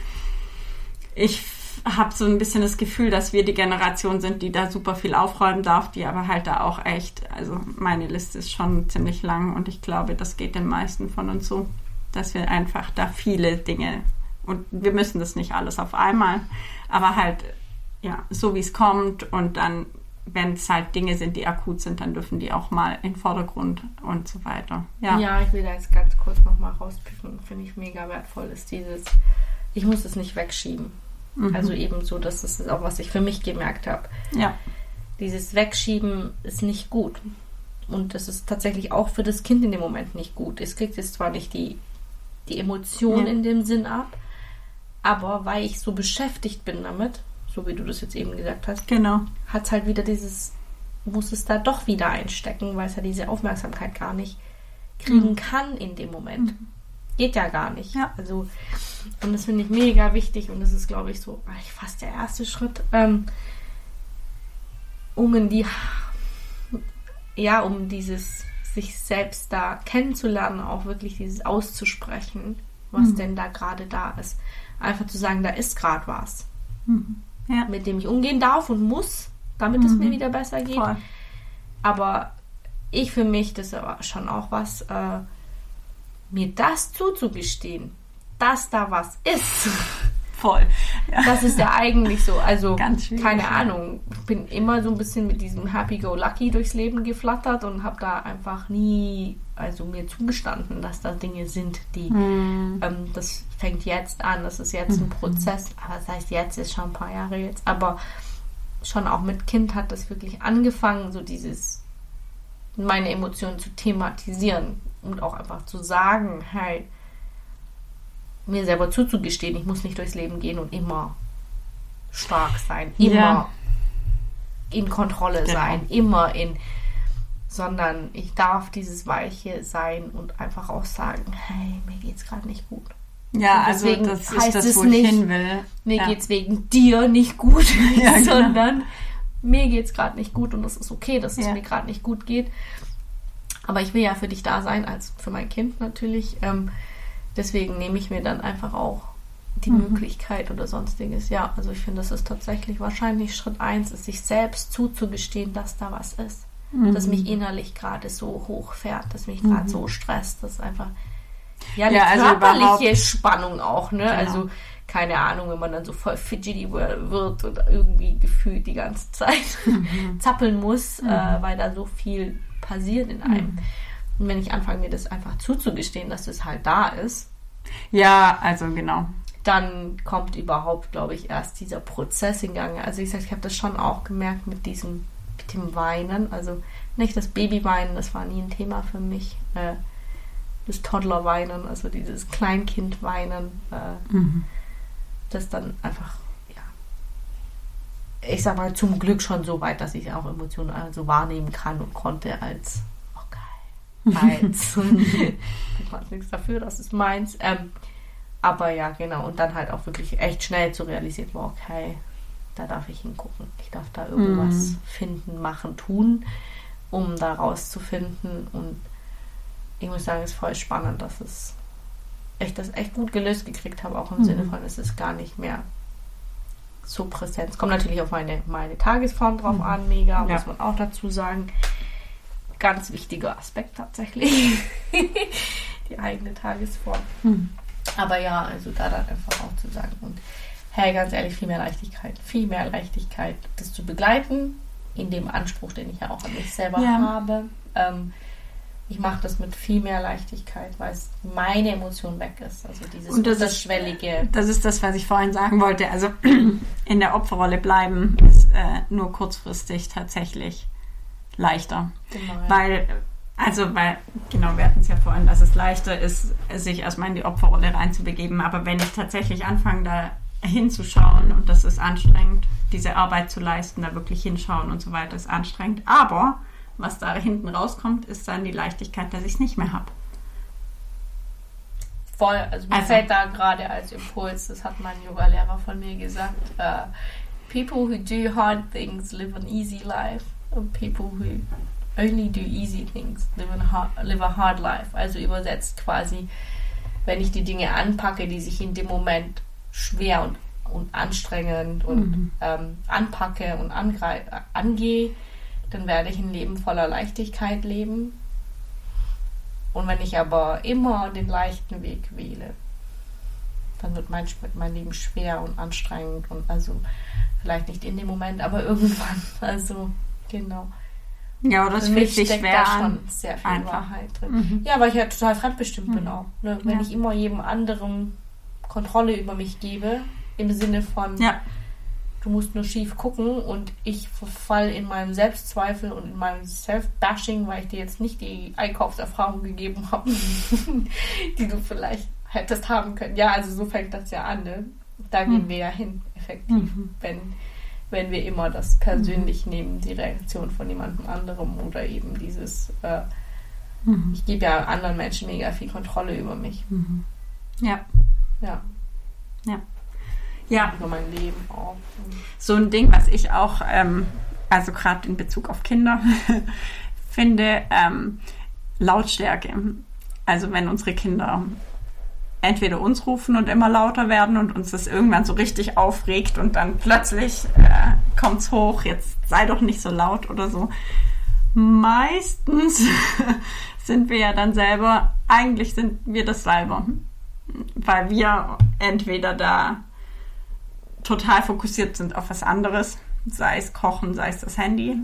ich habe so ein bisschen das Gefühl, dass wir die Generation sind, die da super viel aufräumen darf, die aber halt da auch echt, also meine Liste ist schon ziemlich lang und ich glaube, das geht den meisten von uns so, dass wir einfach da viele Dinge und wir müssen das nicht alles auf einmal, aber halt, ja, so wie es kommt und dann wenn es halt Dinge sind, die akut sind, dann dürfen die auch mal in den Vordergrund und so weiter. Ja, ja, ich will da jetzt ganz kurz nochmal rauspicken, finde ich mega wertvoll, ist dieses, ich muss es nicht wegschieben. Mhm. Also eben so, das ist auch, was ich für mich gemerkt habe. Ja. Dieses Wegschieben ist nicht gut. Und das ist tatsächlich auch für das Kind in dem Moment nicht gut. Es kriegt jetzt zwar nicht die, die Emotion ja. in dem Sinn ab, aber weil ich so beschäftigt bin damit, so wie du das jetzt eben gesagt hast, genau, hat es halt wieder dieses, muss es da doch wieder einstecken, weil es ja diese Aufmerksamkeit gar nicht kriegen mhm. kann in dem Moment. Mhm. Geht ja gar nicht. Ja. Also, und das finde ich mega wichtig und das ist, glaube ich, so eigentlich fast der erste Schritt, ähm, um in die, ja, um dieses, sich selbst da kennenzulernen, auch wirklich dieses auszusprechen, was mhm. denn da gerade da ist. Einfach zu sagen, da ist gerade was. Mhm. Ja. Mit dem ich umgehen darf und muss, damit mhm. es mir wieder besser geht. Voll. Aber ich für mich, das ist aber schon auch was, äh, mir das zuzugestehen, dass da was ist. Voll. Ja. Das ist ja eigentlich so, also ganz schwierig, keine ja. Ahnung, ich bin immer so ein bisschen mit diesem Happy-Go-Lucky durchs Leben geflattert und habe da einfach nie, also mir zugestanden, dass da Dinge sind, die, mhm. ähm, das fängt jetzt an, das ist jetzt ein Prozess, aber das heißt jetzt, ist schon ein paar Jahre jetzt, aber schon auch mit Kind hat das wirklich angefangen, so dieses, meine Emotionen zu thematisieren und auch einfach zu sagen, hey, mir selber zuzugestehen, ich muss nicht durchs Leben gehen und immer stark sein, immer ja. in Kontrolle genau. sein, immer in, sondern ich darf dieses Weiche sein und einfach auch sagen, hey, mir geht's gerade nicht gut. Ja, also das ist das, wo ich hin will. Mir ja. geht's wegen dir nicht gut, ja, genau. sondern mir geht's gerade nicht gut und es ist okay, dass es ja. mir gerade nicht gut geht. Aber ich will ja für dich da sein, als für mein Kind natürlich. Ähm, deswegen nehme ich mir dann einfach auch die mhm. Möglichkeit oder sonstiges. Ja, also ich finde, das ist tatsächlich wahrscheinlich Schritt eins, ist sich selbst zuzugestehen, dass da was ist. Mhm. Dass mich innerlich gerade so hochfährt, dass mich gerade mhm. so stresst, dass einfach ja, eine ja, also körperliche Spannung auch, ne? Genau. Also keine Ahnung, wenn man dann so voll fidgety wird und irgendwie gefühlt die ganze Zeit mhm. zappeln muss, mhm. äh, weil da so viel passiert in einem. Mhm. Und wenn ich anfange, mir das einfach zuzugestehen, dass das halt da ist. Ja, also genau. Dann kommt überhaupt, glaube ich, erst dieser Prozess in Gang. Also ich sag, ich habe das schon auch gemerkt mit diesem, mit dem Weinen. Also nicht das Babyweinen, das war nie ein Thema für mich. Äh, das Toddlerweinen, also dieses Kleinkindweinen. Äh, mhm. Das dann einfach, ja, ich sag mal, zum Glück schon so weit, dass ich auch Emotionen also wahrnehmen kann und konnte als meins. Ich mache nichts dafür, das ist meins. Ähm, aber ja, genau. Und dann halt auch wirklich echt schnell zu realisieren, wow, okay, da darf ich hingucken. Ich darf da irgendwas mm. finden, machen, tun, um da rauszufinden. Und ich muss sagen, es ist voll spannend, dass es echt das echt gut gelöst gekriegt habe, auch im mm. Sinne von, es ist gar nicht mehr so präsent. Es kommt natürlich auf meine, meine Tagesform drauf mm. an, mega, ja. muss man auch dazu sagen. Ganz wichtiger Aspekt tatsächlich. Die eigene Tagesform. Hm. Aber ja, also da dann einfach auch zu sagen und hey, ganz ehrlich, viel mehr Leichtigkeit. Viel mehr Leichtigkeit, das zu begleiten, in dem Anspruch, den ich ja auch an mich selber ja. habe. Ähm, ich mache das mit viel mehr Leichtigkeit, weil es meine Emotion weg ist. Also dieses und das unterschwellige. Ist, das ist das, was ich vorhin sagen wollte. Also in der Opferrolle bleiben ist äh, nur kurzfristig tatsächlich leichter. Genau, ja. Weil, also, weil, genau, wir hatten es ja vorhin, dass es leichter ist, sich erstmal in die Opferrolle reinzubegeben. Aber wenn ich tatsächlich anfange, da hinzuschauen, und das ist anstrengend, diese Arbeit zu leisten, da wirklich hinschauen und so weiter, ist anstrengend. Aber was da hinten rauskommt, ist dann die Leichtigkeit, dass ich es nicht mehr habe. Voll, also mir also, fällt da gerade als Impuls, das hat mein Yoga-Lehrer von mir gesagt, uh, people who do hard things live an easy life. And people who only do easy things live a, hard, live a hard life. Also übersetzt quasi, wenn ich die Dinge anpacke, die sich in dem Moment schwer und, und anstrengend und mhm. ähm, anpacke und angreif, angehe, dann werde ich ein Leben voller Leichtigkeit leben. Und wenn ich aber immer den leichten Weg wähle, dann wird mein, mein Leben schwer und anstrengend und also vielleicht nicht in dem Moment, aber irgendwann, also Genau. Ja, oder das fühlt sich steckt schwer da an. schon sehr viel Einfach. Wahrheit drin. Mhm. Ja, weil ich ja total fremdbestimmt mhm. bin auch. Ne? Wenn ja. ich immer jedem anderen Kontrolle über mich gebe, im Sinne von, ja. du musst nur schief gucken und ich verfall in meinem Selbstzweifel und in meinem Self-Bashing, weil ich dir jetzt nicht die Einkaufserfahrung gegeben habe, die du vielleicht hättest haben können. Ja, also so fängt das ja an. Ne? Da mhm. gehen wir ja hin, effektiv, mhm. wenn wenn wir immer das persönlich mhm. nehmen, die Reaktion von jemandem anderem oder eben dieses, äh, mhm. ich gebe ja anderen Menschen mega viel Kontrolle über mich. Mhm. Ja. Ja. Ja. Ja. Über mein Leben auch. So ein Ding, was ich auch, ähm, also gerade in Bezug auf Kinder, finde, ähm, Lautstärke. Also wenn unsere Kinder entweder uns rufen und immer lauter werden und uns das irgendwann so richtig aufregt und dann plötzlich äh, kommt's hoch, jetzt sei doch nicht so laut oder so. Meistens sind wir ja dann selber, eigentlich sind wir das selber, weil wir entweder da total fokussiert sind auf was anderes, sei es Kochen, sei es das Handy.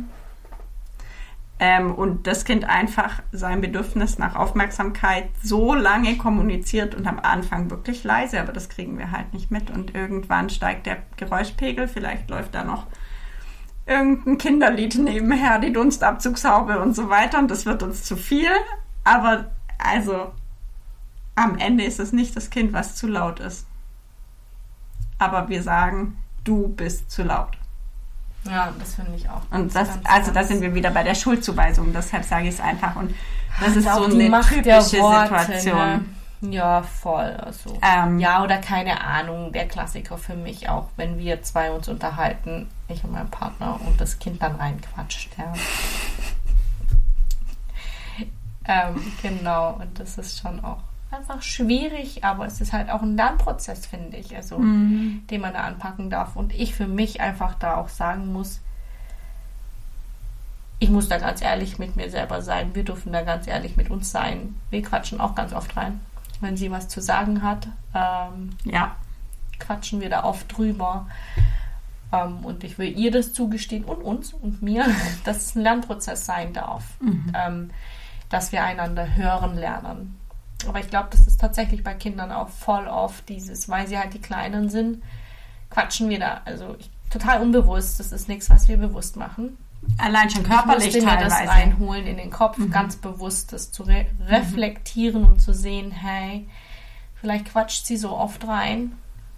Ähm, und das Kind einfach sein Bedürfnis nach Aufmerksamkeit so lange kommuniziert und am Anfang wirklich leise, aber das kriegen wir halt nicht mit. Und irgendwann steigt der Geräuschpegel, vielleicht läuft da noch irgendein Kinderlied nebenher, die Dunstabzugshaube und so weiter und das wird uns zu viel. Aber also am Ende ist es nicht das Kind, was zu laut ist. Aber wir sagen, du bist zu laut. Ja, das finde ich auch. Und das, ganz, also da sind wir wieder bei der Schuldzuweisung, deshalb sage ich es einfach. Und das ist so eine eine typische Worte, Situation. Ne? Ja, voll. Also. Ähm, ja, oder keine Ahnung, der Klassiker für mich auch, wenn wir zwei uns unterhalten, ich und mein Partner, und das Kind dann reinquatscht. Ja. ähm, genau, und das ist schon auch einfach schwierig, aber es ist halt auch ein Lernprozess, finde ich, also mhm. den man da anpacken darf. Und ich für mich einfach da auch sagen muss, ich muss da ganz ehrlich mit mir selber sein. Wir dürfen da ganz ehrlich mit uns sein. Wir quatschen auch ganz oft rein. Wenn sie was zu sagen hat, ähm, ja. quatschen wir da oft drüber. Ähm, und ich will ihr das zugestehen und uns und mir, dass es ein Lernprozess sein darf. Mhm. Ähm, dass wir einander hören lernen. Aber ich glaube, das ist tatsächlich bei Kindern auch voll oft dieses, weil sie halt die Kleinen sind, quatschen wir da. Also ich, total unbewusst, das ist nichts, was wir bewusst machen. Allein schon körperlich ich musste teilweise. mir das reinholen in den Kopf, mhm. ganz bewusst das zu re- reflektieren mhm. und zu sehen, hey, vielleicht quatscht sie so oft rein.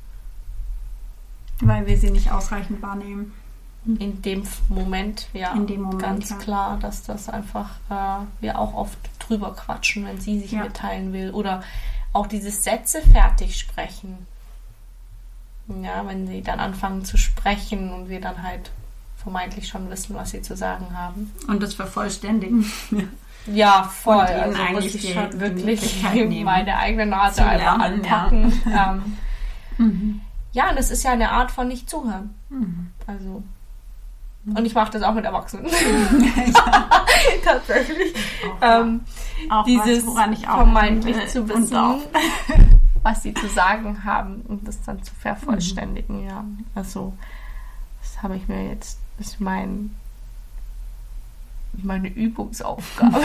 Weil wir sie nicht ausreichend wahrnehmen. In dem Moment, ja, in dem Moment, ganz ja. klar, dass das einfach äh, wir auch oft drüber quatschen, wenn sie sich ja. mitteilen will. Oder auch dieses Sätze fertig sprechen. Ja, wenn sie dann anfangen zu sprechen und wir dann halt vermeintlich schon wissen, was sie zu sagen haben. Und das vervollständigen. Ja, voll. Und ihnen also eigentlich muss ich die, schon wirklich nehmen, meine eigene Nase einfach anpacken. Ja. ähm, mhm. ja, und das ist ja eine Art von nicht zuhören. Mhm. Also und ich mache das auch mit Erwachsenen. ja, tatsächlich. Auch, ähm, auch dieses was, woran ich auch vermeintlich äh, zu wissen, was sie zu sagen haben und das dann zu vervollständigen. Mhm. Ja, also das habe ich mir jetzt, das ist mein, meine Übungsaufgabe.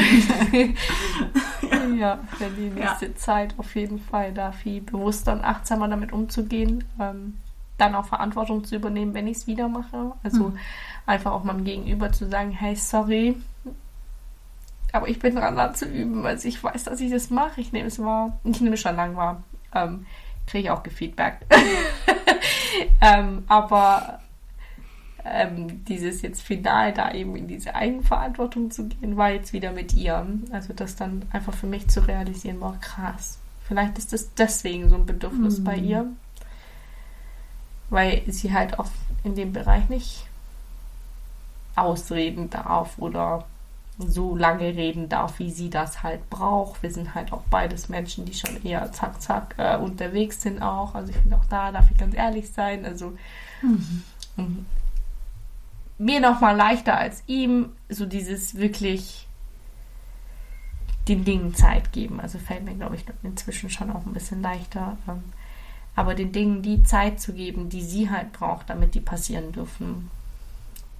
ja, für die nächste ja. Zeit auf jeden Fall da viel bewusster und achtsamer damit umzugehen. Ähm, dann auch Verantwortung zu übernehmen, wenn ich es wieder mache. Also mhm. einfach auch meinem Gegenüber zu sagen, hey, sorry, aber ich bin dran, da zu üben, weil ich weiß, dass ich das mache. Ich nehme es wahr. Ich nehme es schon lang wahr. Ähm, kriege ich auch gefeedbackt. ähm, aber ähm, dieses jetzt final da eben in diese Eigenverantwortung zu gehen, war jetzt wieder mit ihr. Also das dann einfach für mich zu realisieren, war krass. Vielleicht ist das deswegen so ein Bedürfnis mhm. bei ihr. Weil sie halt auch in dem Bereich nicht ausreden darf oder so lange reden darf, wie sie das halt braucht. Wir sind halt auch beides Menschen, die schon eher zack, zack äh, unterwegs sind auch. Also ich finde auch da, darf ich ganz ehrlich sein. Also mhm. mir nochmal leichter als ihm, so dieses wirklich den Dingen Zeit geben. Also fällt mir, glaube ich, inzwischen schon auch ein bisschen leichter. Ähm, aber den Dingen die Zeit zu geben, die sie halt braucht, damit die passieren dürfen. Also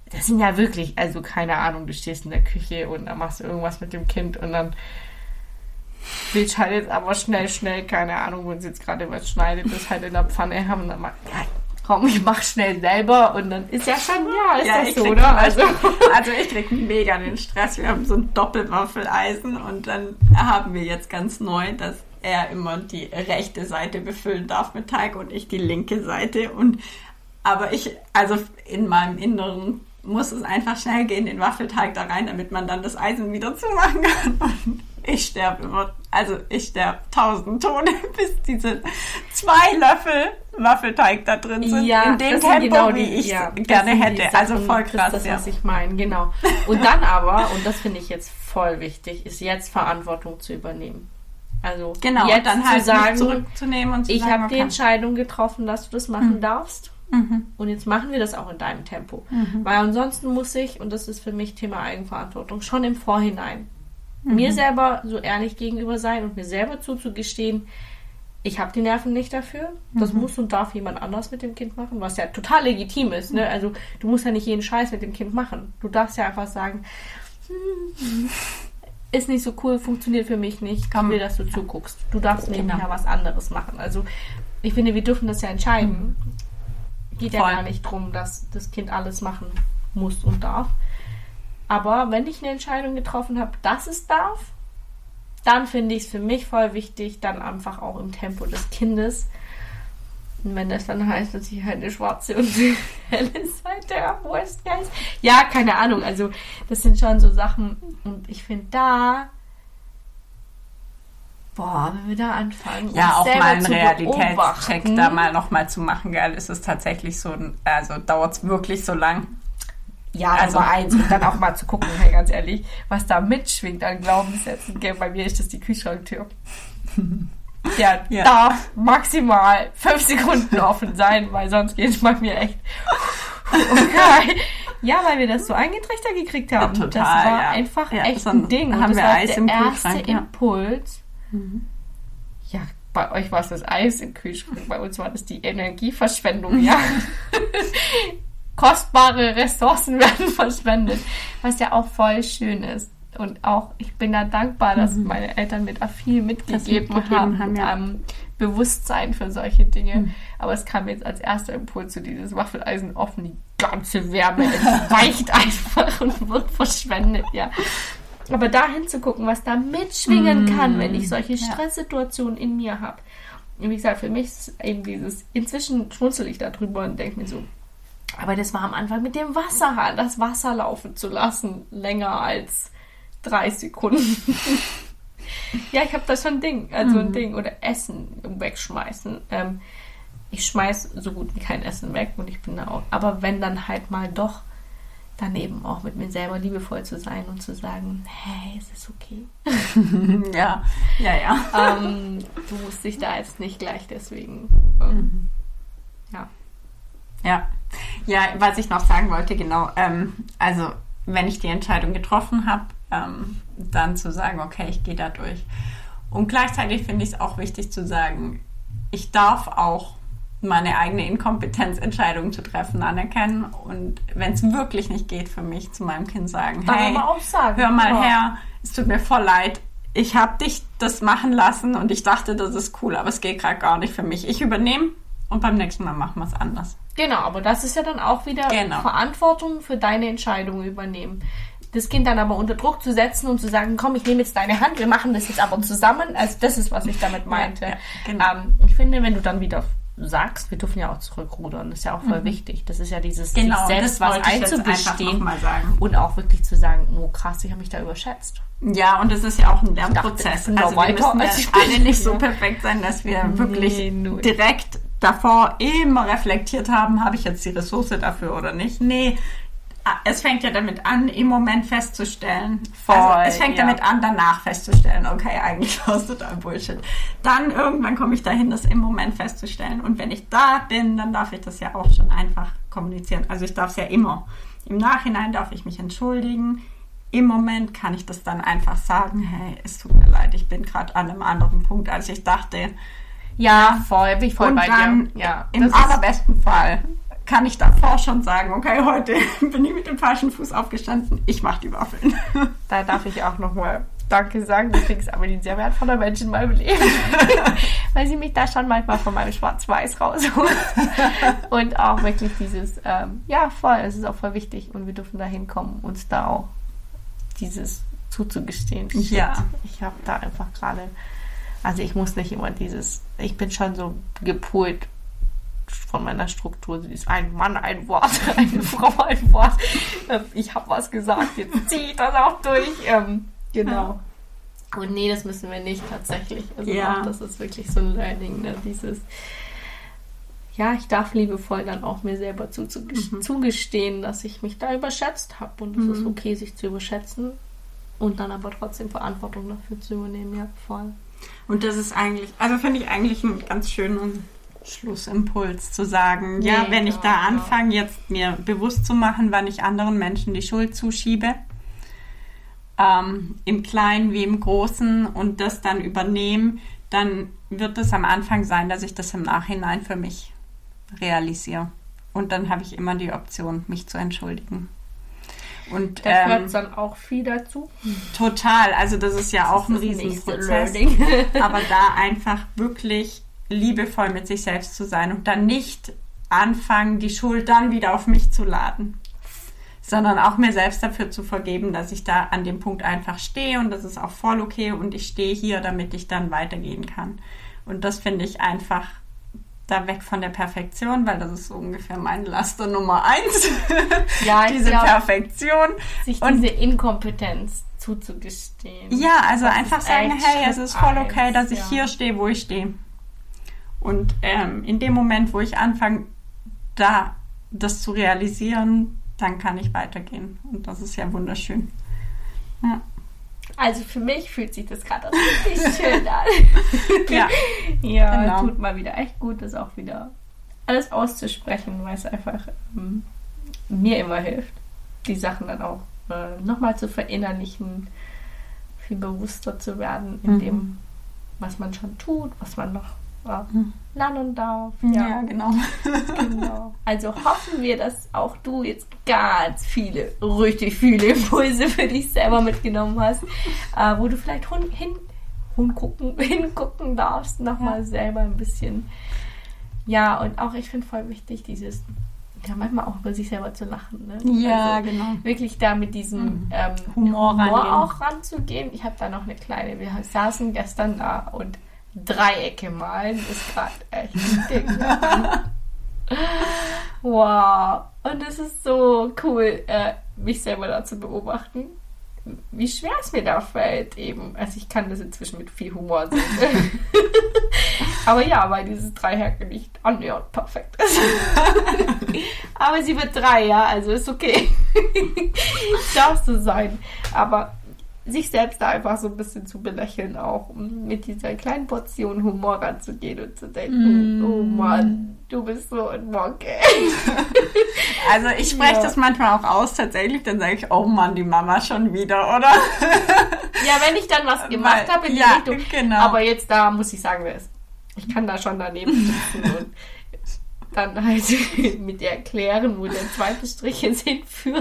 das sind ja wirklich, also keine Ahnung, du stehst in der Küche und dann machst du irgendwas mit dem Kind und dann willst du halt jetzt aber schnell, schnell, keine Ahnung, wenn sie jetzt gerade was schneidet, das halt in der Pfanne haben und dann mal, ja, komm, ich mach schnell selber und dann ist ja schon, ja, ist ja, das so, oder? Also, also ich krieg mega den Stress. Wir haben so ein Doppelwaffeleisen und dann haben wir jetzt ganz neu, dass er immer die rechte Seite befüllen darf mit Teig und ich die linke Seite und aber ich, also in meinem Inneren muss es einfach schnell gehen, den Waffelteig da rein, damit man dann das Eisen wieder zumachen kann. Und ich sterbe immer, also ich sterbe tausend Tode, bis diese zwei Löffel Waffelteig da drin sind. Ja, in dem Tempo, genau die, wie ich ja, gerne hätte. Sachen, also voll krass. Das ist das, ja. was ich meine, genau. Und dann aber, und das finde ich jetzt voll wichtig, ist jetzt Verantwortung zu übernehmen. Also genau, jetzt dann halt zu sagen, zurückzunehmen und zu ich sagen, habe okay. die Entscheidung getroffen, dass du das machen mhm. darfst. Mhm. Und jetzt machen wir das auch in deinem Tempo. Mhm. Weil ansonsten muss ich, und das ist für mich Thema Eigenverantwortung, schon im Vorhinein mhm. mir selber so ehrlich gegenüber sein und mir selber zuzugestehen, ich habe die Nerven nicht dafür. Das mhm. muss und darf jemand anders mit dem Kind machen, was ja total legitim ist. Ne? Also du musst ja nicht jeden Scheiß mit dem Kind machen. Du darfst ja einfach sagen, hm, ist nicht so cool, funktioniert für mich nicht, komm, will, dass du zuguckst. Du darfst genau. nebenher was anderes machen. Also ich finde, wir dürfen das ja entscheiden. Geht ja Voll. gar nicht drum, dass das Kind alles machen muss und darf. Aber wenn ich eine Entscheidung getroffen habe, dass es darf, dann finde ich es für mich voll wichtig, dann einfach auch im Tempo des Kindes. Und wenn das dann heißt, dass ich halt eine schwarze und eine helle Seite habe, worst case. Ja, keine Ahnung. Also das sind schon so Sachen. Und ich finde da, boah, wenn wir da anfangen, ja, auch mal einen Realitätscheck beobachten. da mal nochmal zu machen, gell, ist es tatsächlich so, also dauert es wirklich so lang? Ja, also Nummer eins. Und dann auch mal zu gucken, hey, ganz ehrlich, was da mitschwingt an Glaubenssätzen. Gell, bei mir ist das die Kühlschranktür. Der ja. darf maximal fünf Sekunden offen sein, weil sonst geht es bei mir echt okay. Ja, weil wir das so eingetrichtert gekriegt haben. Ja, total, das war ja. einfach ja, echt ein Ding. Haben und das wir war Eis der im erste Kühlschrank, ja. Impuls. Mhm. Ja, bei euch war es das Eis im Kühlschrank, bei uns war das die Energieverschwendung, ja. Kostbare Ressourcen werden verschwendet, was ja auch voll schön ist. Und auch, ich bin da dankbar, dass mhm. meine Eltern mir da viel mitgegeben, mitgegeben haben, haben ja. ähm, Bewusstsein für solche Dinge. Mhm. Aber es kam jetzt als erster Impuls zu dieses Waffeleisen offen, die ganze Wärme entweicht einfach und wird verschwendet, ja. Aber da hinzugucken, was da mitschwingen mhm. kann, wenn ich solche Stresssituationen in mir habe. Und wie gesagt, für mich ist eben dieses, inzwischen schmunzel ich da drüber und denke mir so, aber das war am Anfang mit dem Wasserhahn, das Wasser laufen zu lassen, länger als drei Sekunden. Ja, ich habe da schon ein Ding, also mhm. ein Ding. Oder Essen wegschmeißen. Ähm, ich schmeiß so gut wie kein Essen weg und ich bin da auch. Aber wenn dann halt mal doch, dann eben auch mit mir selber liebevoll zu sein und zu sagen, hey, es ist okay. Ja, ja, ja. Ähm, du musst dich da jetzt nicht gleich deswegen. Ähm, mhm. Ja. Ja. Ja, was ich noch sagen wollte, genau, ähm, also wenn ich die Entscheidung getroffen habe, ähm, dann zu sagen, okay, ich gehe da durch. Und gleichzeitig finde ich es auch wichtig zu sagen, ich darf auch meine eigene Inkompetenz, Entscheidungen zu treffen, anerkennen. Und wenn es wirklich nicht geht für mich, zu meinem Kind sagen, hey, mal sagen, hör mal ja. her, es tut mir voll leid, ich habe dich das machen lassen und ich dachte, das ist cool, aber es geht gerade gar nicht für mich. Ich übernehme und beim nächsten Mal machen wir es anders. Genau, aber das ist ja dann auch wieder genau. Verantwortung für deine Entscheidungen übernehmen. Das Kind dann aber unter Druck zu setzen und zu sagen, komm, ich nehme jetzt deine Hand, wir machen das jetzt aber zusammen. Also das ist, was ich damit meinte. Ja, ja, genau. ähm, ich finde, wenn du dann wieder sagst, wir dürfen ja auch zurückrudern, das ist ja auch voll mhm. wichtig. Das ist ja dieses genau, sich selbst was einzugestehen und auch wirklich zu sagen, oh krass, ich habe mich da überschätzt. Ja, und das ist ja auch ein Lernprozess. Dachte, also wir müssen ja alle nicht so perfekt sein, dass wir nee, wirklich null. direkt davor immer reflektiert haben, habe ich jetzt die Ressource dafür oder nicht. Nee, es fängt ja damit an, im Moment festzustellen. Voll, also es fängt ja. damit an, danach festzustellen, okay, eigentlich war es total Bullshit. Dann irgendwann komme ich dahin, das im Moment festzustellen. Und wenn ich da bin, dann darf ich das ja auch schon einfach kommunizieren. Also ich darf es ja immer. Im Nachhinein darf ich mich entschuldigen. Im Moment kann ich das dann einfach sagen, hey, es tut mir leid, ich bin gerade an einem anderen Punkt, als ich dachte. Ja, voll, bin ich voll und bei dann dir. Ja, im allerbesten Fall kann ich davor schon sagen, okay, heute bin ich mit dem falschen Fuß aufgestanden, ich mache die Waffeln. Da darf ich auch nochmal Danke sagen, deswegen ist Amelie ein sehr wertvoller Mensch in meinem Leben, weil sie mich da schon manchmal von meinem Schwarz-Weiß rausholt und auch wirklich dieses, ähm, ja voll, es ist auch voll wichtig und wir dürfen da hinkommen, uns da auch dieses zuzugestehen. Ja. Ich habe da einfach gerade, also ich muss nicht immer dieses, ich bin schon so gepolt von meiner Struktur, sie ist ein Mann, ein Wort, eine Frau, ein Wort. Ich habe was gesagt, jetzt ziehe ich das auch durch. Ähm, genau. Ja. Und nee, das müssen wir nicht tatsächlich. Also ja. auch, das ist wirklich so ein Learning, ne? Dieses, ja, ich darf liebevoll dann auch mir selber zuzugest- mhm. zugestehen, dass ich mich da überschätzt habe. Und es mhm. ist okay, sich zu überschätzen und dann aber trotzdem Verantwortung dafür zu übernehmen. Ja, voll. Und das ist eigentlich, also finde ich eigentlich einen ganz schönen Schlussimpuls zu sagen, ja, ja wenn ich da anfange, jetzt mir bewusst zu machen, wann ich anderen Menschen die Schuld zuschiebe, ähm, im Kleinen wie im Großen und das dann übernehme, dann wird es am Anfang sein, dass ich das im Nachhinein für mich realisiere. Und dann habe ich immer die Option, mich zu entschuldigen. Und da ähm, gehört dann auch viel dazu. Total, also das ist ja das auch ist ein Riesenprozess. Aber da einfach wirklich liebevoll mit sich selbst zu sein und dann nicht anfangen, die Schuld dann wieder auf mich zu laden, sondern auch mir selbst dafür zu vergeben, dass ich da an dem Punkt einfach stehe und das ist auch voll okay und ich stehe hier, damit ich dann weitergehen kann. Und das finde ich einfach da weg von der Perfektion, weil das ist so ungefähr mein Laster Nummer eins. Ja, diese glaub, Perfektion. Sich und diese Inkompetenz zuzugestehen. Ja, also das einfach sagen, hey, Schritt es ist voll okay, eins, dass ich ja. hier stehe, wo ich stehe. Und ähm, in dem Moment, wo ich anfange, da das zu realisieren, dann kann ich weitergehen. Und das ist ja wunderschön. Ja. Also für mich fühlt sich das gerade richtig schön an. Ja, ja genau. Tut mal wieder echt gut, das auch wieder alles auszusprechen, weil es einfach ähm, mir immer hilft, die Sachen dann auch äh, nochmal zu verinnerlichen, viel bewusster zu werden in mhm. dem, was man schon tut, was man noch äh, mhm. lernen darf. Ja, ja genau. genau. Also hoffen wir, dass auch du jetzt ganz viele, richtig viele Impulse für dich selber mitgenommen hast, äh, wo du vielleicht hin, hin, hingucken, hingucken darfst, nochmal ja. selber ein bisschen. Ja, und auch ich finde voll wichtig, dieses, ja, manchmal auch über sich selber zu lachen. Ne? Ja, also genau. Wirklich da mit diesem ähm, Humor, Humor auch ranzugehen. Ich habe da noch eine kleine, wir saßen gestern da und Dreiecke malen ist gerade echt ein Ding. Wow. Und es ist so cool, äh, mich selber da zu beobachten, wie schwer es mir da fällt eben. Also ich kann das inzwischen mit viel Humor sehen. Aber ja, weil dieses Dreieck nicht annähernd perfekt ist. Aber sie wird drei, ja, also ist okay. Darf so sein. Aber sich selbst da einfach so ein bisschen zu belächeln auch, um mit dieser kleinen Portion Humor ranzugehen und zu denken, mm. oh Mann, du bist so ein Monkey. Also ich spreche ja. das manchmal auch aus tatsächlich, dann sage ich, oh Mann, die Mama schon wieder, oder? Ja, wenn ich dann was gemacht habe in die ja, Richtung. Genau. Aber jetzt da muss ich sagen, wer ist. Ich kann da schon daneben sitzen und dann halt mit dir erklären, wo der zweite Strich jetzt hinführt.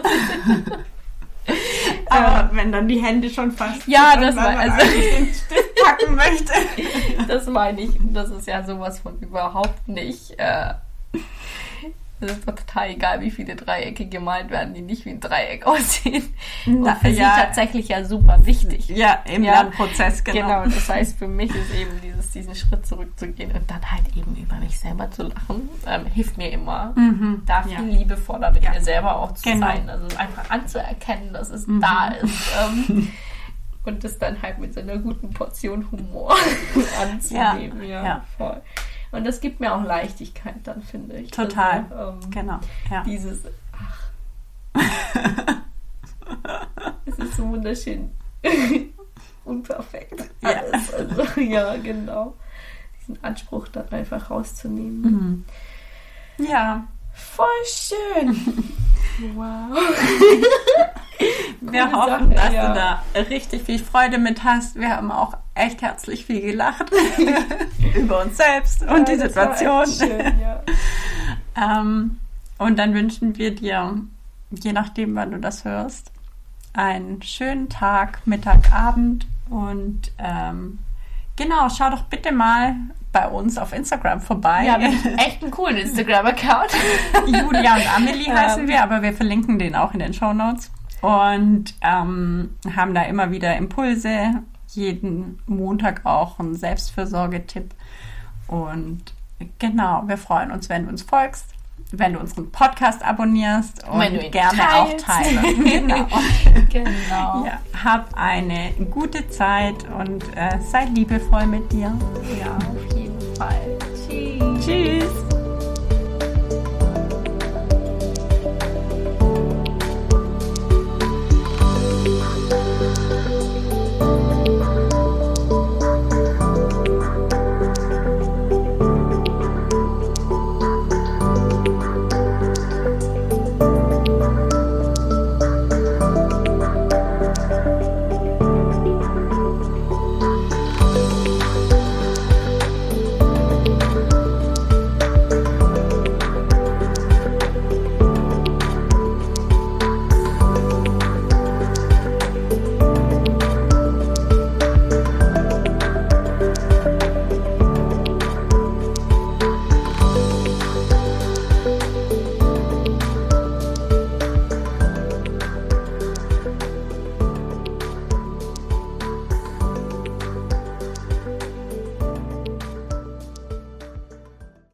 Aber ähm, wenn dann die Hände schon fast ja, das war, also den Stift packen möchte. Das meine ich. Das ist ja sowas von überhaupt nicht. Äh, Es ist doch total egal, wie viele Dreiecke gemalt werden, die nicht wie ein Dreieck aussehen. Na, und für ja. sie tatsächlich ja super wichtig. Ja, im ja. Lernprozess, genau. Genau, das heißt, für mich ist eben dieses, diesen Schritt zurückzugehen und dann halt eben über mich selber zu lachen, ähm, hilft mir immer, mhm. da viel ja. liebevoller mit ja. mir selber auch zu genau. sein. Also einfach anzuerkennen, dass es mhm. da ist. Ähm, und das dann halt mit so einer guten Portion Humor anzunehmen. Ja, ja. ja, voll. Und das gibt mir auch Leichtigkeit dann, finde ich. Total, also, ähm, genau. Ja. Dieses, ach, es ist so wunderschön unperfekt alles. Ja. Also, ja, genau. Diesen Anspruch dann einfach rauszunehmen. Mhm. Ja. Voll schön. Wow. Wir hoffen, Sache, dass ja. du da richtig viel Freude mit hast. Wir haben auch echt herzlich viel gelacht über uns selbst und ja, die Situation. Schön, ja. ähm, Und dann wünschen wir dir, je nachdem, wann du das hörst, einen schönen Tag, Mittag, Abend und ähm, genau, schau doch bitte mal bei uns auf Instagram vorbei. Ja, wir haben echt einen coolen Instagram-Account. Julia und Amelie heißen wir, aber wir verlinken den auch in den Shownotes und ähm, haben da immer wieder Impulse, jeden Montag auch einen Selbstfürsorgetipp und genau, wir freuen uns, wenn du uns folgst, wenn du unseren Podcast abonnierst und gerne teilst. auch teilen. Genau. genau. Ja, hab eine gute Zeit und äh, sei liebevoll mit dir. Ja, auf jeden Fall. Tschüss. Tschüss.